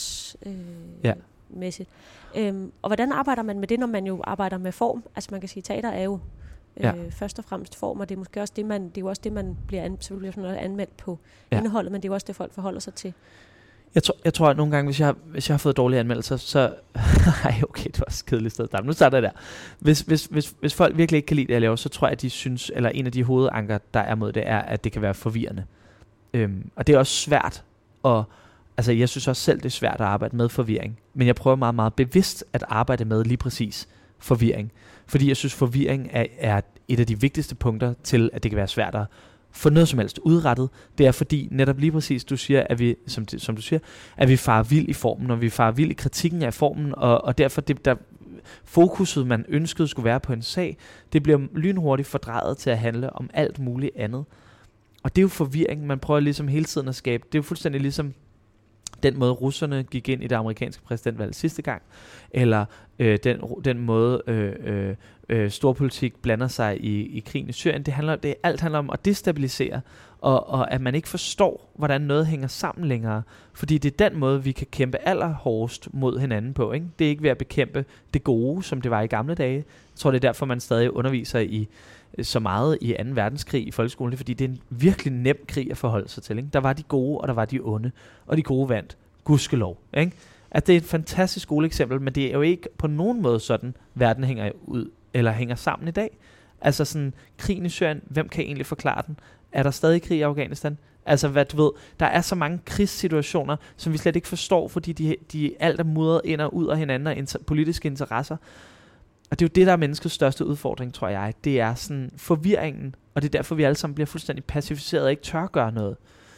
indholdsmæssigt. Øh, ja. Øhm, og hvordan arbejder man med det, når man jo arbejder med form? Altså man kan sige, teater er jo øh, ja. først og fremmest form, og det er måske også det, man, det er jo også det, man bliver an, selvfølgelig sådan noget anmeldt på ja. indholdet, men det er jo også det, folk forholder sig til. Jeg tror, jeg tror at nogle gange, hvis jeg, hvis jeg har fået dårlige anmeldelser, så... Ej, okay, det var også kedeligt sted. Nu starter jeg der. Hvis, hvis, hvis, hvis folk virkelig ikke kan lide det, jeg laver, så tror jeg, at de synes, eller en af de hovedanker, der er mod det, er, at det kan være forvirrende. Øhm, og det er også svært at... Altså, jeg synes også selv, det er svært at arbejde med forvirring. Men jeg prøver meget, meget bevidst at arbejde med lige præcis forvirring. Fordi jeg synes, forvirring er, er et af de vigtigste punkter til, at det kan være svært at få noget som helst udrettet. Det er fordi, netop lige præcis, du siger, at vi, som, som du siger, at vi farer vild i formen, og vi farer vild i kritikken af formen, og, og derfor det, der fokuset, man ønskede skulle være på en sag, det bliver lynhurtigt fordrejet til at handle om alt muligt andet. Og det er jo forvirring, man prøver ligesom hele tiden at skabe. Det er jo fuldstændig ligesom den måde russerne gik ind i det amerikanske præsidentvalg sidste gang, eller øh, den, den måde øh, øh, øh, storpolitik blander sig i, i krigen i Syrien. Det handler, det alt handler om at destabilisere, og, og at man ikke forstår, hvordan noget hænger sammen længere. Fordi det er den måde, vi kan kæmpe allerhårdest mod hinanden på. Ikke? Det er ikke ved at bekæmpe det gode, som det var i gamle dage. Jeg tror, det er derfor, man stadig underviser i så meget i anden verdenskrig i folkeskolen, fordi det er en virkelig nem krig at forholde sig til. Ikke? Der var de gode, og der var de onde, og de gode vandt. Gudskelov. Ikke? At det er et fantastisk skoleeksempel, men det er jo ikke på nogen måde sådan, verden hænger ud, eller hænger sammen i dag. Altså sådan, krigen i Syrien, hvem kan egentlig forklare den? Er der stadig krig i Afghanistan? Altså, hvad du ved, der er så mange krigssituationer, som vi slet ikke forstår, fordi de, de alt er mudret ind og ud af hinanden, og inter- politiske interesser. Og det er jo det, der er menneskets største udfordring, tror jeg. Det er sådan forvirringen, og det er derfor, vi alle sammen bliver fuldstændig pacificeret og ikke tør gøre noget.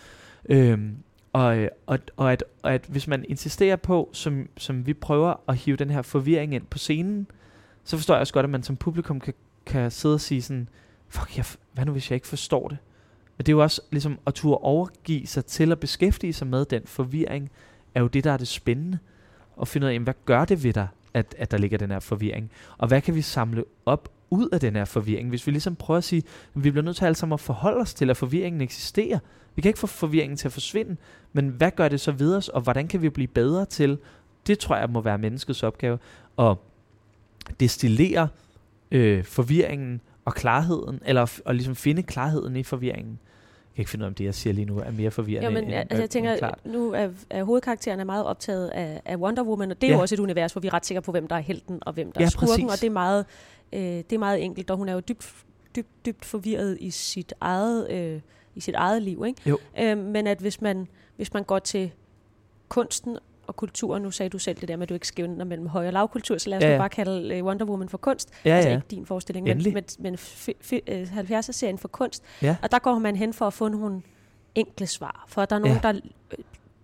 Øhm, og, og, og, at, og at hvis man insisterer på, som, som vi prøver at hive den her forvirring ind på scenen, så forstår jeg også godt, at man som publikum kan, kan sidde og sige sådan, fuck, jeg, hvad nu hvis jeg ikke forstår det? Men det er jo også ligesom at turde overgive sig til at beskæftige sig med den forvirring, er jo det, der er det spændende. Og finde ud af, hvad gør det ved dig, at, at der ligger den her forvirring? Og hvad kan vi samle op ud af den her forvirring? Hvis vi ligesom prøver at sige, at vi bliver nødt til alle sammen at forholde os til, at forvirringen eksisterer. Vi kan ikke få forvirringen til at forsvinde, men hvad gør det så ved os, og hvordan kan vi blive bedre til? Det tror jeg må være menneskets opgave, at destillere øh, forvirringen og klarheden, eller og ligesom finde klarheden i forvirringen. Jeg kan ikke finde ud af, om det, jeg siger lige nu, er mere forvirrende. Jo, men end, altså, jeg tænker, klart. Nu er, er hovedkarakteren er meget optaget af, af Wonder Woman, og det er ja. jo også et univers, hvor vi er ret sikre på, hvem der er helten, og hvem der ja, er skurken, præcis. og det er, meget, øh, det er meget enkelt, og hun er jo dybt, dybt, dybt forvirret i sit eget, øh, i sit eget liv. Ikke? Jo. Øh, men at hvis man, hvis man går til kunsten og kultur, nu sagde du selv det der med, at du ikke skævner mellem høj- og lavkultur, så lad os ja, ja. bare kalde uh, Wonder Woman for kunst. Ja, altså ja. ikke din forestilling, Endelig. men, men, men fi, fi, uh, halvfjerdser-serien for kunst. Ja. Og der går man hen for at få nogle enkle svar. For der er nogen, ja. der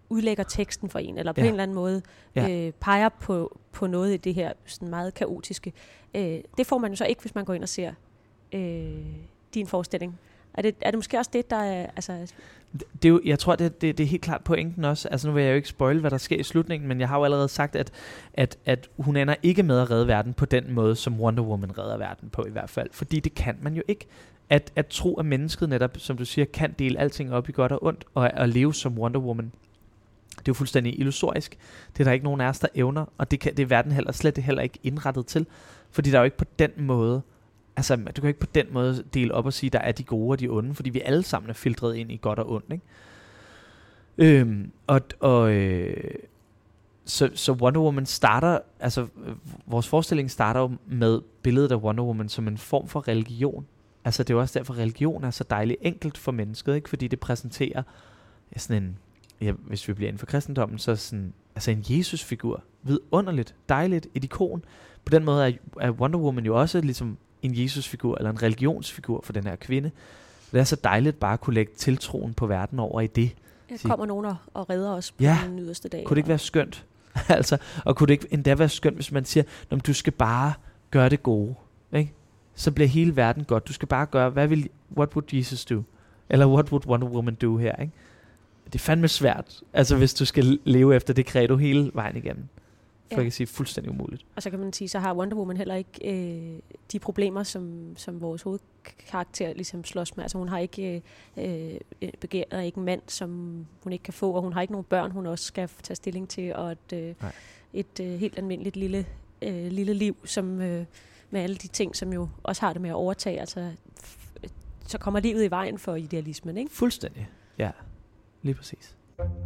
udlægger teksten for en, eller på Ja. en eller anden måde Ja. øh, peger på, på noget i det her sådan meget kaotiske. Øh, det får man jo så ikke, hvis man går ind og ser øh, din forestilling. Er det, er det måske også det, der er... Altså Det, det er jo, jeg tror, det, det, det er helt klart pointen også. Altså nu vil jeg jo ikke spoile, hvad der sker i slutningen, men jeg har jo allerede sagt, at, at, at hun ender ikke med at redde verden på den måde, som Wonder Woman redder verden på i hvert fald. Fordi det kan man jo ikke. At, at tro, at mennesket netop, som du siger, kan dele alting op i godt og ondt, og at leve som Wonder Woman, det er jo fuldstændig illusorisk. Det er der ikke nogen af os, der evner, og det, kan, det er verden heller slet heller ikke indrettet til. Fordi der er jo ikke på den måde, altså du kan ikke på den måde dele op og sige, der er de gode og de onde, fordi vi alle sammen er filtreret ind i godt og ondt, ikke? Øhm, og og øh, så, så Wonder Woman starter, altså øh, vores forestilling starter jo med billedet af Wonder Woman som en form for religion. Altså det er jo også derfor, religion er så dejligt enkelt for mennesket, ikke? Fordi det præsenterer ja, sådan en, ja, hvis vi bliver inden for kristendommen, så sådan, altså en Jesus-figur. Vidunderligt, dejligt, et ikon. På den måde er, er Wonder Woman jo også ligesom en Jesus-figur, eller en religionsfigur for den her kvinde. Det er så dejligt bare at kunne lægge tiltroen på verden over i det. der kommer nogen og, og redder os på Ja. den yderste dag. Kunne det ikke være skønt? altså, og kunne det ikke endda være skønt, hvis man siger, "Nå, men du skal bare gøre det gode, ikke? Så bliver hele verden godt. Du skal bare gøre, hvad vil, what would Jesus do? Eller what would Wonder Woman do her, ikke? Det er fandme svært, altså hvis du skal leve efter det credo hele vejen igennem. For Ja. jeg kan sige, fuldstændig umuligt. Og så kan man sige, så har Wonder Woman heller ikke øh, de problemer, som, som vores hovedkarakter ligesom slås med. Altså hun har ikke øh, øh, begæret af ikke en mand, som hun ikke kan få, og hun har ikke nogen børn, hun også skal tage stilling til, og et, øh, et øh, helt almindeligt lille, øh, lille liv, som øh, med alle de ting, som jo også har det med at overtage. Altså, f- så kommer livet i vejen for idealismen, ikke? Fuldstændig, ja. Lige præcis.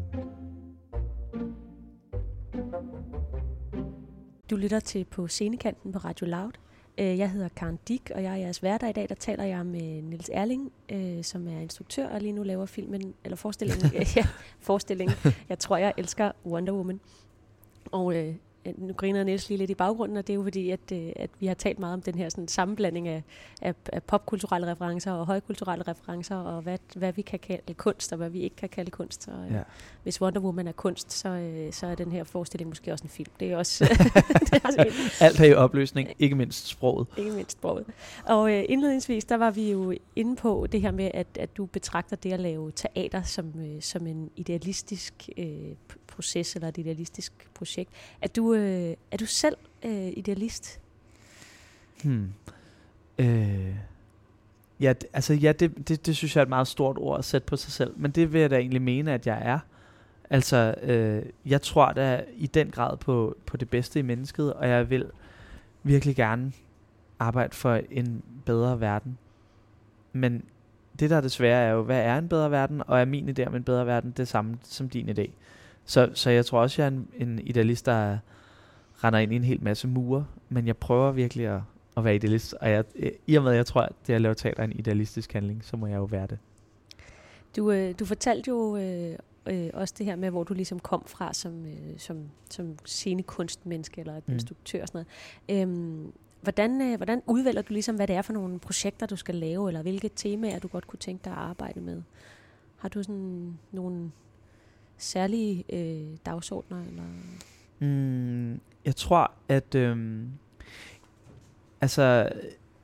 Du lytter til På Scenekanten på Radio Loud. Jeg hedder Karen Dick, og jeg er jeres hverdag i dag. Der taler jeg med Niels Erling, øh, som er instruktør og lige nu laver filmen, eller forestillingen. ja, forestillingen. Jeg tror, jeg elsker Wonder Woman. Og øh, nu griner Niels lige lidt i baggrunden, og det er jo fordi, at, øh, at vi har talt meget om den her sådan, sammenblanding af, af, af popkulturelle referencer og højkulturelle referencer, og hvad, hvad vi kan kalde kunst, og hvad vi ikke kan kalde kunst. Og, øh, Ja. hvis Wonder Woman er kunst, så, øh, så er den her forestilling måske også en film. Det er også... det er også Alt er i opløsning, ikke mindst sproget. Ikke mindst sproget. Og øh, indledningsvis, der var vi jo inde på det her med, at, at du betragter det at lave teater som, øh, som en idealistisk øh, proces, eller et idealistisk projekt. Er du, øh, er du selv øh, idealist? Hmm. Øh. Ja, d- altså ja, det, det, det synes jeg er et meget stort ord at sætte på sig selv. Men det vil jeg da egentlig mene, at jeg er. Altså, øh, jeg tror da i den grad på, på det bedste i mennesket, og jeg vil virkelig gerne arbejde for en bedre verden. Men det der desværre er jo, hvad er en bedre verden, og er min idé om en bedre verden det samme som din idé? Så, så jeg tror også, jeg er en, en idealist, der render ind i en hel masse mure, men jeg prøver virkelig at, at være idealist, og jeg, i og med, at jeg tror, at det at lave teater er en idealistisk handling, så må jeg jo være det. Du, øh, du fortalte jo øh, øh, også det her med, hvor du ligesom kom fra som, øh, som, som scenekunstmenneske eller Mm. instruktør og sådan noget. Øhm, hvordan, øh, hvordan udvælger du ligesom, hvad det er for nogle projekter, du skal lave, eller hvilke temaer, du godt kunne tænke dig at arbejde med? Har du sådan nogle særlige øh, dagsordner? Eller? Mm, jeg tror, at øhm, altså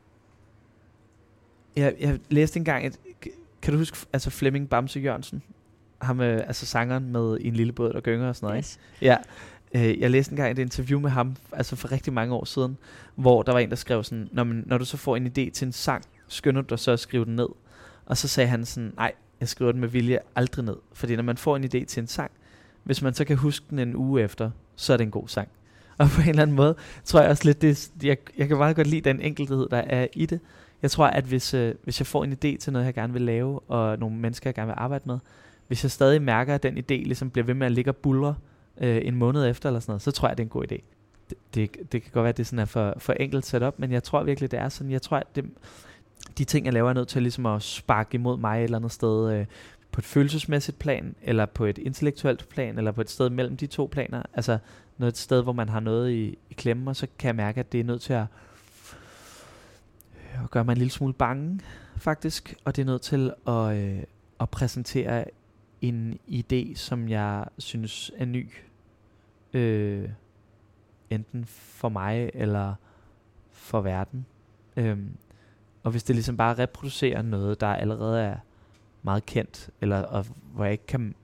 jeg, jeg læste engang et, kan du huske altså Flemming Bamse Jørgensen, ham øh, altså sangeren med I en lille båd der gynger og sådan noget, Yes. ikke? Ja. Øh, jeg læste engang et interview med ham, altså for rigtig mange år siden, hvor der var en der skrev sådan, når, man, når du så får en idé til en sang, skynder du dig så at skrive den ned. Og så sagde han sådan, nej, jeg skriver den med vilje aldrig ned, fordi når man får en idé til en sang, hvis man så kan huske den en uge efter, så er det en god sang. Og på en eller anden måde, tror jeg også lidt, det, jeg, jeg kan meget godt lide den enkelthed, der er i det. Jeg tror, at hvis, øh, hvis jeg får en idé til noget, jeg gerne vil lave, og nogle mennesker, jeg gerne vil arbejde med, hvis jeg stadig mærker, at den idé ligesom bliver ved med at ligge og buldre øh, en måned efter, eller sådan noget, så tror jeg, det er en god idé. Det, det, det kan godt være, at det sådan er for, for enkelt sat op, men jeg tror virkelig, det er sådan. Jeg tror, at det, de ting, jeg laver, er nødt til ligesom at sparke imod mig et eller andet sted, øh, på et følelsesmæssigt plan, eller på et intellektuelt plan, eller på et sted mellem de to planer. Altså noget et sted, hvor man har noget i, i klemme, og så kan jeg mærke, at det er nødt til at, at gøre mig en lille smule bange, faktisk. Og det er nødt til at, øh, at præsentere en idé, som jeg synes er ny. Øh, enten for mig eller for verden. Øhm, og hvis det ligesom bare reproducerer noget, der allerede er meget kendt, eller og, hvor jeg ikke kan,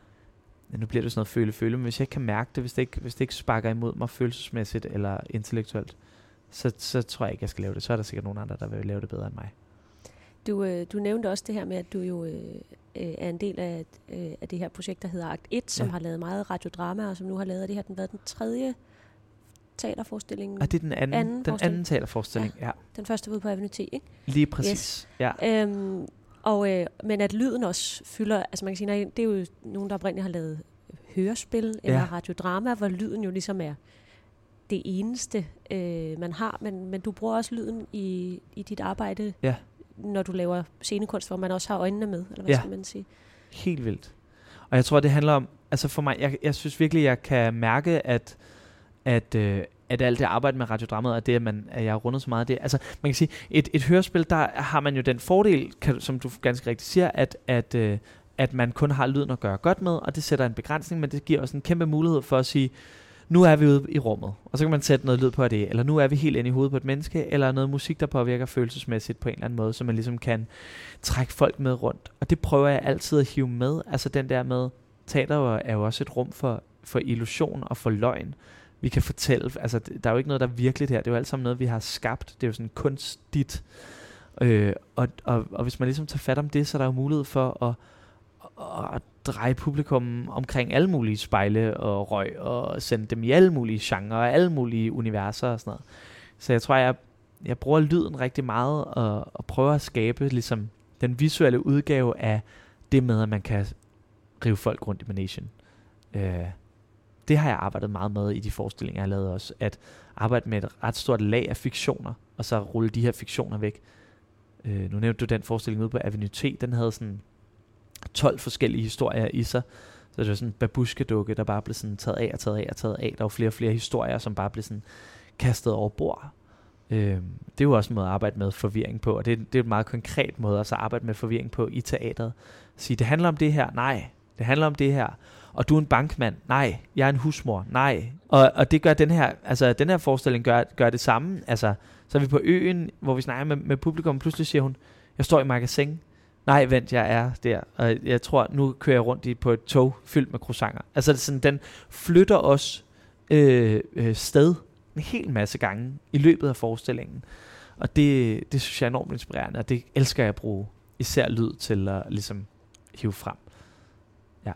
nu bliver det sådan noget føle-føle, men hvis jeg ikke kan mærke det, hvis det ikke, hvis det ikke sparker imod mig følelsesmæssigt eller intellektuelt, så, så tror jeg ikke, jeg skal lave det. Så er der sikkert nogen andre, der vil lave det bedre end mig. Du, øh, du nævnte også det her med, at du jo øh, er en del af, øh, af det her projekt, der hedder Akt et, som ja. har lavet meget radiodrama, og som nu har lavet det her, den, hvad, den tredje teaterforestilling? Ah, det er den anden, anden, den anden teaterforestilling, ja. ja. Den første ude på Avenue T, ikke? Lige præcis, yes. ja. Øhm, og, øh, men at lyden også fylder, altså man kan sige, nej, det er jo nogen, der oprindeligt har lavet hørespil eller ja. radiodrama, hvor lyden jo ligesom er det eneste, øh, man har, men, men du bruger også lyden i, i dit arbejde, ja. når du laver scenekunst, hvor man også har øjnene med, eller hvad ja. skal man sige? Helt vildt. Og jeg tror, det handler om, altså for mig, jeg, jeg synes virkelig, jeg kan mærke, at at, øh, at alt det arbejde med radiodramaet, og det, at, man, at jeg har rundet så meget af det. Altså, man kan sige, et, et hørespil, der har man jo den fordel, kan, som du ganske rigtigt siger, at, at, øh, at man kun har lyden at gøre godt med, og det sætter en begrænsning, men det giver også en kæmpe mulighed for at sige, nu er vi ude i rummet, og så kan man sætte noget lyd på det, eller nu er vi helt inde i hovedet på et menneske, eller noget musik, der påvirker følelsesmæssigt på en eller anden måde, så man ligesom kan trække folk med rundt. Og det prøver jeg altid at hive med. Altså den der med, teater er jo også et rum for, for illusion og for løgn. Vi kan fortælle, altså der er jo ikke noget, der er virkeligt her. Det er jo alt sammen noget, vi har skabt. Det er jo sådan kunstigt. Øh, og, og, og hvis man ligesom tager fat om det, så er der jo mulighed for at, at, at dreje publikum omkring alle mulige spejle og røg, og sende dem i alle mulige genrer og alle mulige universer og sådan noget. Så jeg tror, jeg, jeg bruger lyden rigtig meget og, og prøver at skabe ligesom den visuelle udgave af det med, at man kan rive folk rundt i managen. Øh, Det har jeg arbejdet meget med i de forestillinger, jeg har lavet også. At arbejde med et ret stort lag af fiktioner, og så rulle de her fiktioner væk. Øh, nu nævnte du den forestilling ude på Avenue T. Den havde sådan tolv forskellige historier i sig. Så det var sådan en babushka-dukke, der bare blev sådan taget af og taget af og taget af. Der var flere og flere historier, som bare blev sådan kastet over bord. Øh, det er jo også en måde at arbejde med forvirring på, og det, det er en meget konkret måde at arbejde med forvirring på i teateret. Sige, det handler om det her. Nej, det handler om det her. Og du er en bankmand. Nej, jeg er en husmor. Nej. Og, og det gør den her, altså den her forestilling gør, gør det samme. Altså, så er vi på øen, hvor vi snakker med, med publikum. Pludselig siger hun, jeg står i magasin. Nej, vent, jeg er der. Og jeg tror, nu kører jeg rundt i på et tog fyldt med croissanter. Altså, det er sådan, den flytter os øh, øh, sted en hel masse gange i løbet af forestillingen. Og det, det synes jeg er enormt inspirerende, og det elsker jeg at bruge. Især lyd til at ligesom hive frem. Ja.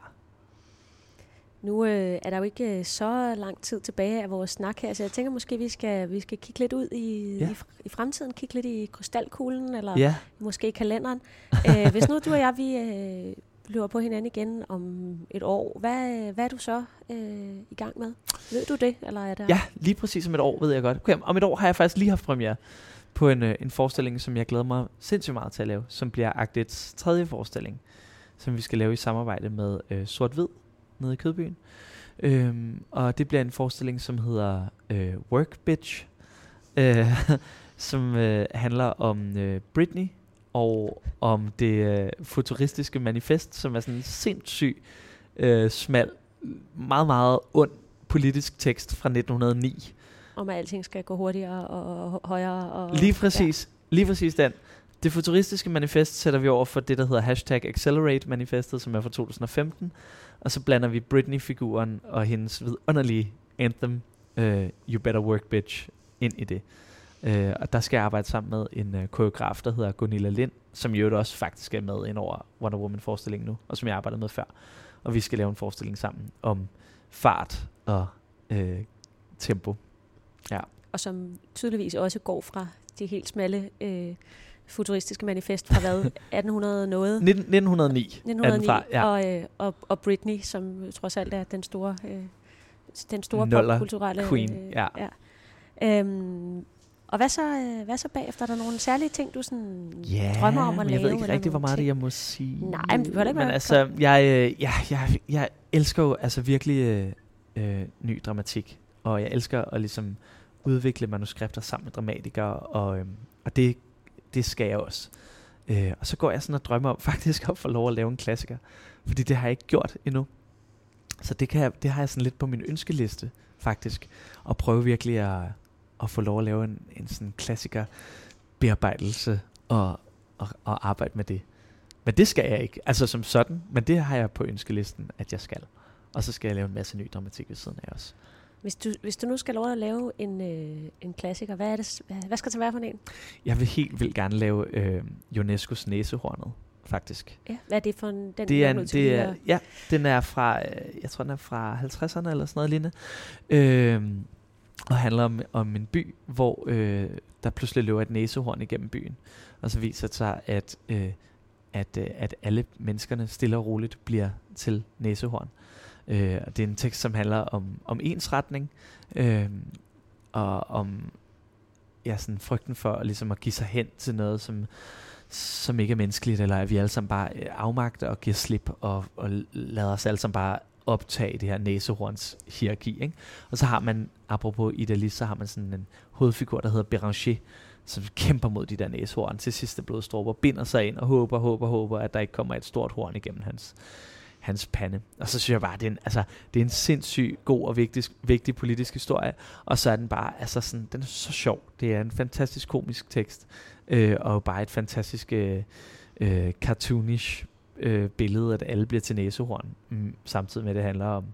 Nu øh, er der jo ikke øh, så lang tid tilbage af vores snak her, så jeg tænker måske, vi skal, vi skal kigge lidt ud i, ja. i, i fremtiden, kigge lidt i krystalkuglen, eller ja. måske i kalenderen. Æh, hvis nu du og jeg, vi øh, løber på hinanden igen om et år, hvad, hvad er du så øh, i gang med? Ved du det? Eller er der ja, lige præcis om et år ved jeg godt. Okay, om et år har jeg faktisk lige haft premiere på en, øh, en forestilling, som jeg glæder mig sindssygt meget til at lave, som bliver Akt et's tredje forestilling, som vi skal lave i samarbejde med øh, Sort-Hvid nede i Kødbyen. Øhm, og det bliver en forestilling, som hedder øh, Work Bitch, øh, som øh, handler om øh, Britney og om det øh, futuristiske manifest, som er sådan en sindssyg, øh, smal, meget, meget ond politisk tekst fra nitten hundrede og ni. Om at alting skal gå hurtigere og højere. Og lige præcis, ja. lige præcis den. Det futuristiske manifest sætter vi over for det, der hedder hashtag Accelerate manifestet, som er fra to tusind og femten. Og så blander vi Britney-figuren og hendes vidunderlige anthem, uh, You Better Work Bitch, ind i det. Uh, og der skal jeg arbejde sammen med en uh, koreograf, der hedder Gunilla Lind, som jo også faktisk er med ind over Wonder Woman-forestillingen nu, og som jeg arbejdede med før. Og vi skal lave en forestilling sammen om fart og uh, tempo. Ja. Og som tydeligvis også går fra de helt smalle Uh futuristiske manifest fra hvad? atten hundrede noget? nitten hundrede og ni. nitten hundrede og ni, fra, ja. og, øh, og, og Britney, som trods alt er den store, øh, den store popkulturelle queen. Øh, ja. ja. Øhm, og hvad så, øh, hvad så bagefter? Er der nogle særlige ting, du sådan yeah, drømmer om at lave? Jeg ved ikke rigtig, hvor meget det jeg må sige. Nej, men det ikke men altså, jeg, øh, jeg, jeg, jeg elsker jo altså virkelig øh, øh, ny dramatik, og jeg elsker at ligesom udvikle manuskripter sammen med dramatikere, og, øh, og det det skal jeg også. Øh, og så går jeg sådan og drømmer om faktisk at få lov at lave en klassiker. Fordi det har jeg ikke gjort endnu. Så det, kan jeg, det har jeg sådan lidt på min ønskeliste, faktisk. At prøve virkelig at, at få lov at lave en, en sådan klassiker bearbejdelse og, og, og arbejde med det. Men det skal jeg ikke, altså som sådan. Men det har jeg på ønskelisten, at jeg skal. Og så skal jeg lave en masse ny dramatik ved siden af os. Hvis du, hvis du nu skal lov at lave en, øh, en klassiker, hvad, er det, hvad, hvad skal det være for en? Jeg vil helt vildt gerne lave øh, UNESCO's Næsehornet, faktisk. Ja, hvad er det for en? Den det er, en, det er, ja, den er fra, øh, jeg tror den er fra halvtredserne eller sådan noget lignende. Øh, og handler om, om en by, hvor øh, der pludselig løber et næsehorn igennem byen. Og så viser det sig, at, øh, at, øh, at alle menneskerne stille og roligt bliver til næsehorn. Øh, det er en tekst, som handler om, om ensretning, øh, og om ja, sådan frygten for ligesom at give sig hen til noget, som, som ikke er menneskeligt, eller at vi alle sammen bare afmagter og giver slip, og, og lader os alle sammen bare optage det her næsehorns hierarki. Ikke? Og så har man, apropos idealist, så har man sådan en hovedfigur, der hedder Béranger, som kæmper mod de der næsehorn til sidste blodstråber, binder sig ind og håber, håber, håber, at der ikke kommer et stort horn igennem hans hans pande. Og så synes jeg bare, det er en, altså, det er en sindssyg god og vigtig, vigtig politisk historie, og så er den bare, altså sådan, den er så sjov. Det er en fantastisk komisk tekst, øh, og bare et fantastisk øh, øh, cartoonish øh, billede, at alle bliver til næsehorn, mm, samtidig med, at det handler om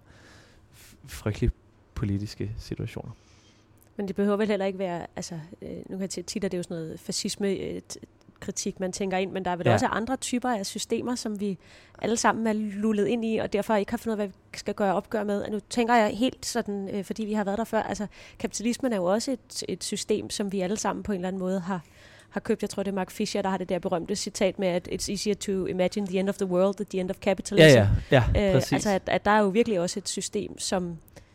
f- frygtelige politiske situationer. Men det behøver vel heller ikke være, altså, øh, nu kan jeg tit, at det er jo sådan noget fascisme, øh, kritik, man tænker ind, men der er vel ja. også andre typer af systemer, som vi alle sammen er lullet ind i, og derfor ikke har fundet ud af, hvad vi skal gøre opgør med. Og nu tænker jeg helt sådan, øh, fordi vi har været der før, altså kapitalismen er jo også et, et system, som vi alle sammen på en eller anden måde har, har købt. Jeg tror, det er Mark Fisher, der har det der berømte citat med, at it's easier to imagine the end of the world than the end of capitalism. Ja, ja, ja øh, præcis. Altså, at, at der er jo virkelig også et system, som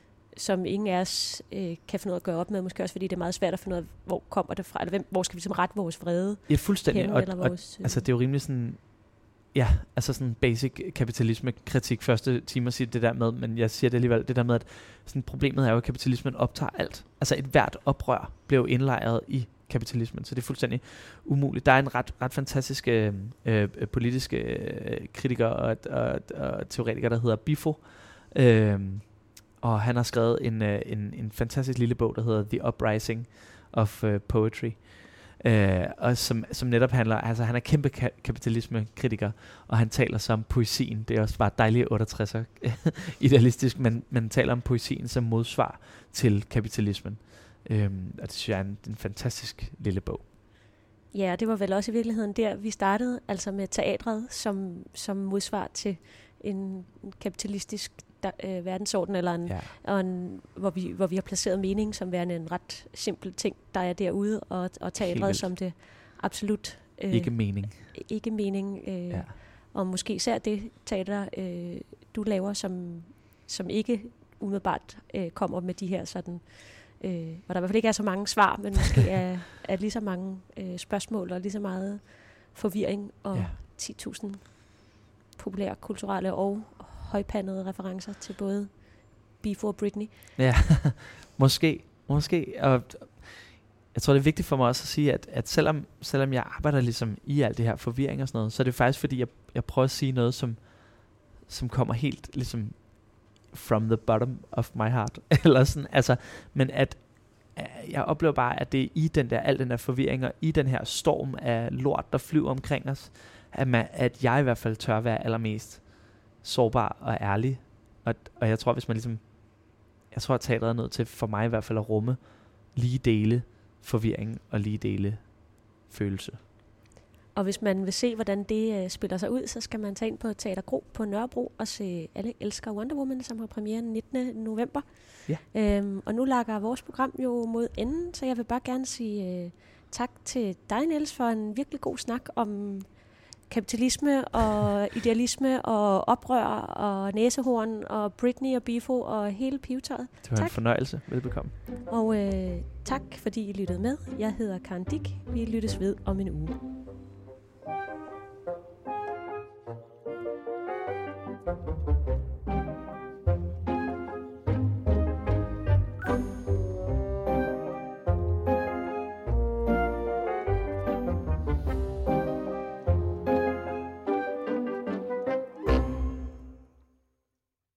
som ingen af os øh, kan finde ud af at gøre op med, måske også fordi det er meget svært at finde ud af, hvor kommer det fra, eller hvem, hvor skal vi ligesom rette vores vrede? Ja, fuldstændig. Hen, og, eller og, vores, øh... altså det er jo rimelig sådan, ja, altså sådan basic kapitalisme-kritik første time at sige det der med, men jeg siger det alligevel, det der med, at sådan problemet er jo, at kapitalismen optager alt. Altså et hvert oprør bliver jo indlejret i kapitalismen, så det er fuldstændig umuligt. Der er en ret, ret fantastisk øh, øh, politiske øh, kritiker og, og, og teoretiker, der hedder Bifo, øh, og han har skrevet en, uh, en, en fantastisk lille bog, der hedder The Uprising of uh, Poetry, uh, og som, som netop handler, altså han er kæmpe ka- kapitalisme-kritiker, og han taler så om poesien, det er også bare dejligt otteogtredser idealistisk, men man taler om poesien som modsvar til kapitalismen, um, og det synes jeg er en, en fantastisk lille bog. Ja, det var vel også i virkeligheden der, vi startede, altså med teatret som, som modsvar til en kapitalistisk der, øh, verdensorden, eller en, ja. og en, hvor, vi, hvor vi har placeret mening som værende en ret simpel ting, der er derude, og, og teatret som det absolut øh, ikke mening. Ikke mening. Øh, ja. Og måske især det teater, øh, du laver, som, som ikke umiddelbart øh, kommer med de her sådan, øh, hvor der i hvert fald ikke er så mange svar, men måske er, er lige så mange øh, spørgsmål, og lige så meget forvirring, og ja. ti tusind populære, kulturelle og højpandede referencer til både Bifo og Britney. Ja, måske. Måske. Og jeg tror, det er vigtigt for mig også at sige, at, at selvom, selvom jeg arbejder ligesom i alt det her forvirring og sådan noget, så er det faktisk fordi, jeg, jeg prøver at sige noget, som, som kommer helt ligesom from the bottom of my heart. Eller sådan, altså, men at jeg oplever bare, at det er i den der, al den der forvirring, og i den her storm af lort, der flyver omkring os, at, man, at jeg i hvert fald tør være allermest sårbar og ærlig. Og, og jeg tror, hvis man ligesom, jeg tror, at teateret er nødt til, for mig i hvert fald, at rumme lige dele forvirring og lige dele følelse. Og hvis man vil se, hvordan det uh, spiller sig ud, så skal man tage ind på Teater Gro på Nørrebro og se Alle elsker Wonder Woman, som har premiere den nittende november. Ja. Øhm, og nu lakker vores program jo mod enden, så jeg vil bare gerne sige uh, tak til dig, Niels, for en virkelig god snak om kapitalisme og idealisme og oprør og næsehorn og Britney og Bifo og hele pivetøjet. Det var tak. En fornøjelse. Velbekomme. Og øh, tak, fordi I lyttede med. Jeg hedder Karen Dick. Vi lyttes ved om en uge. Thank you.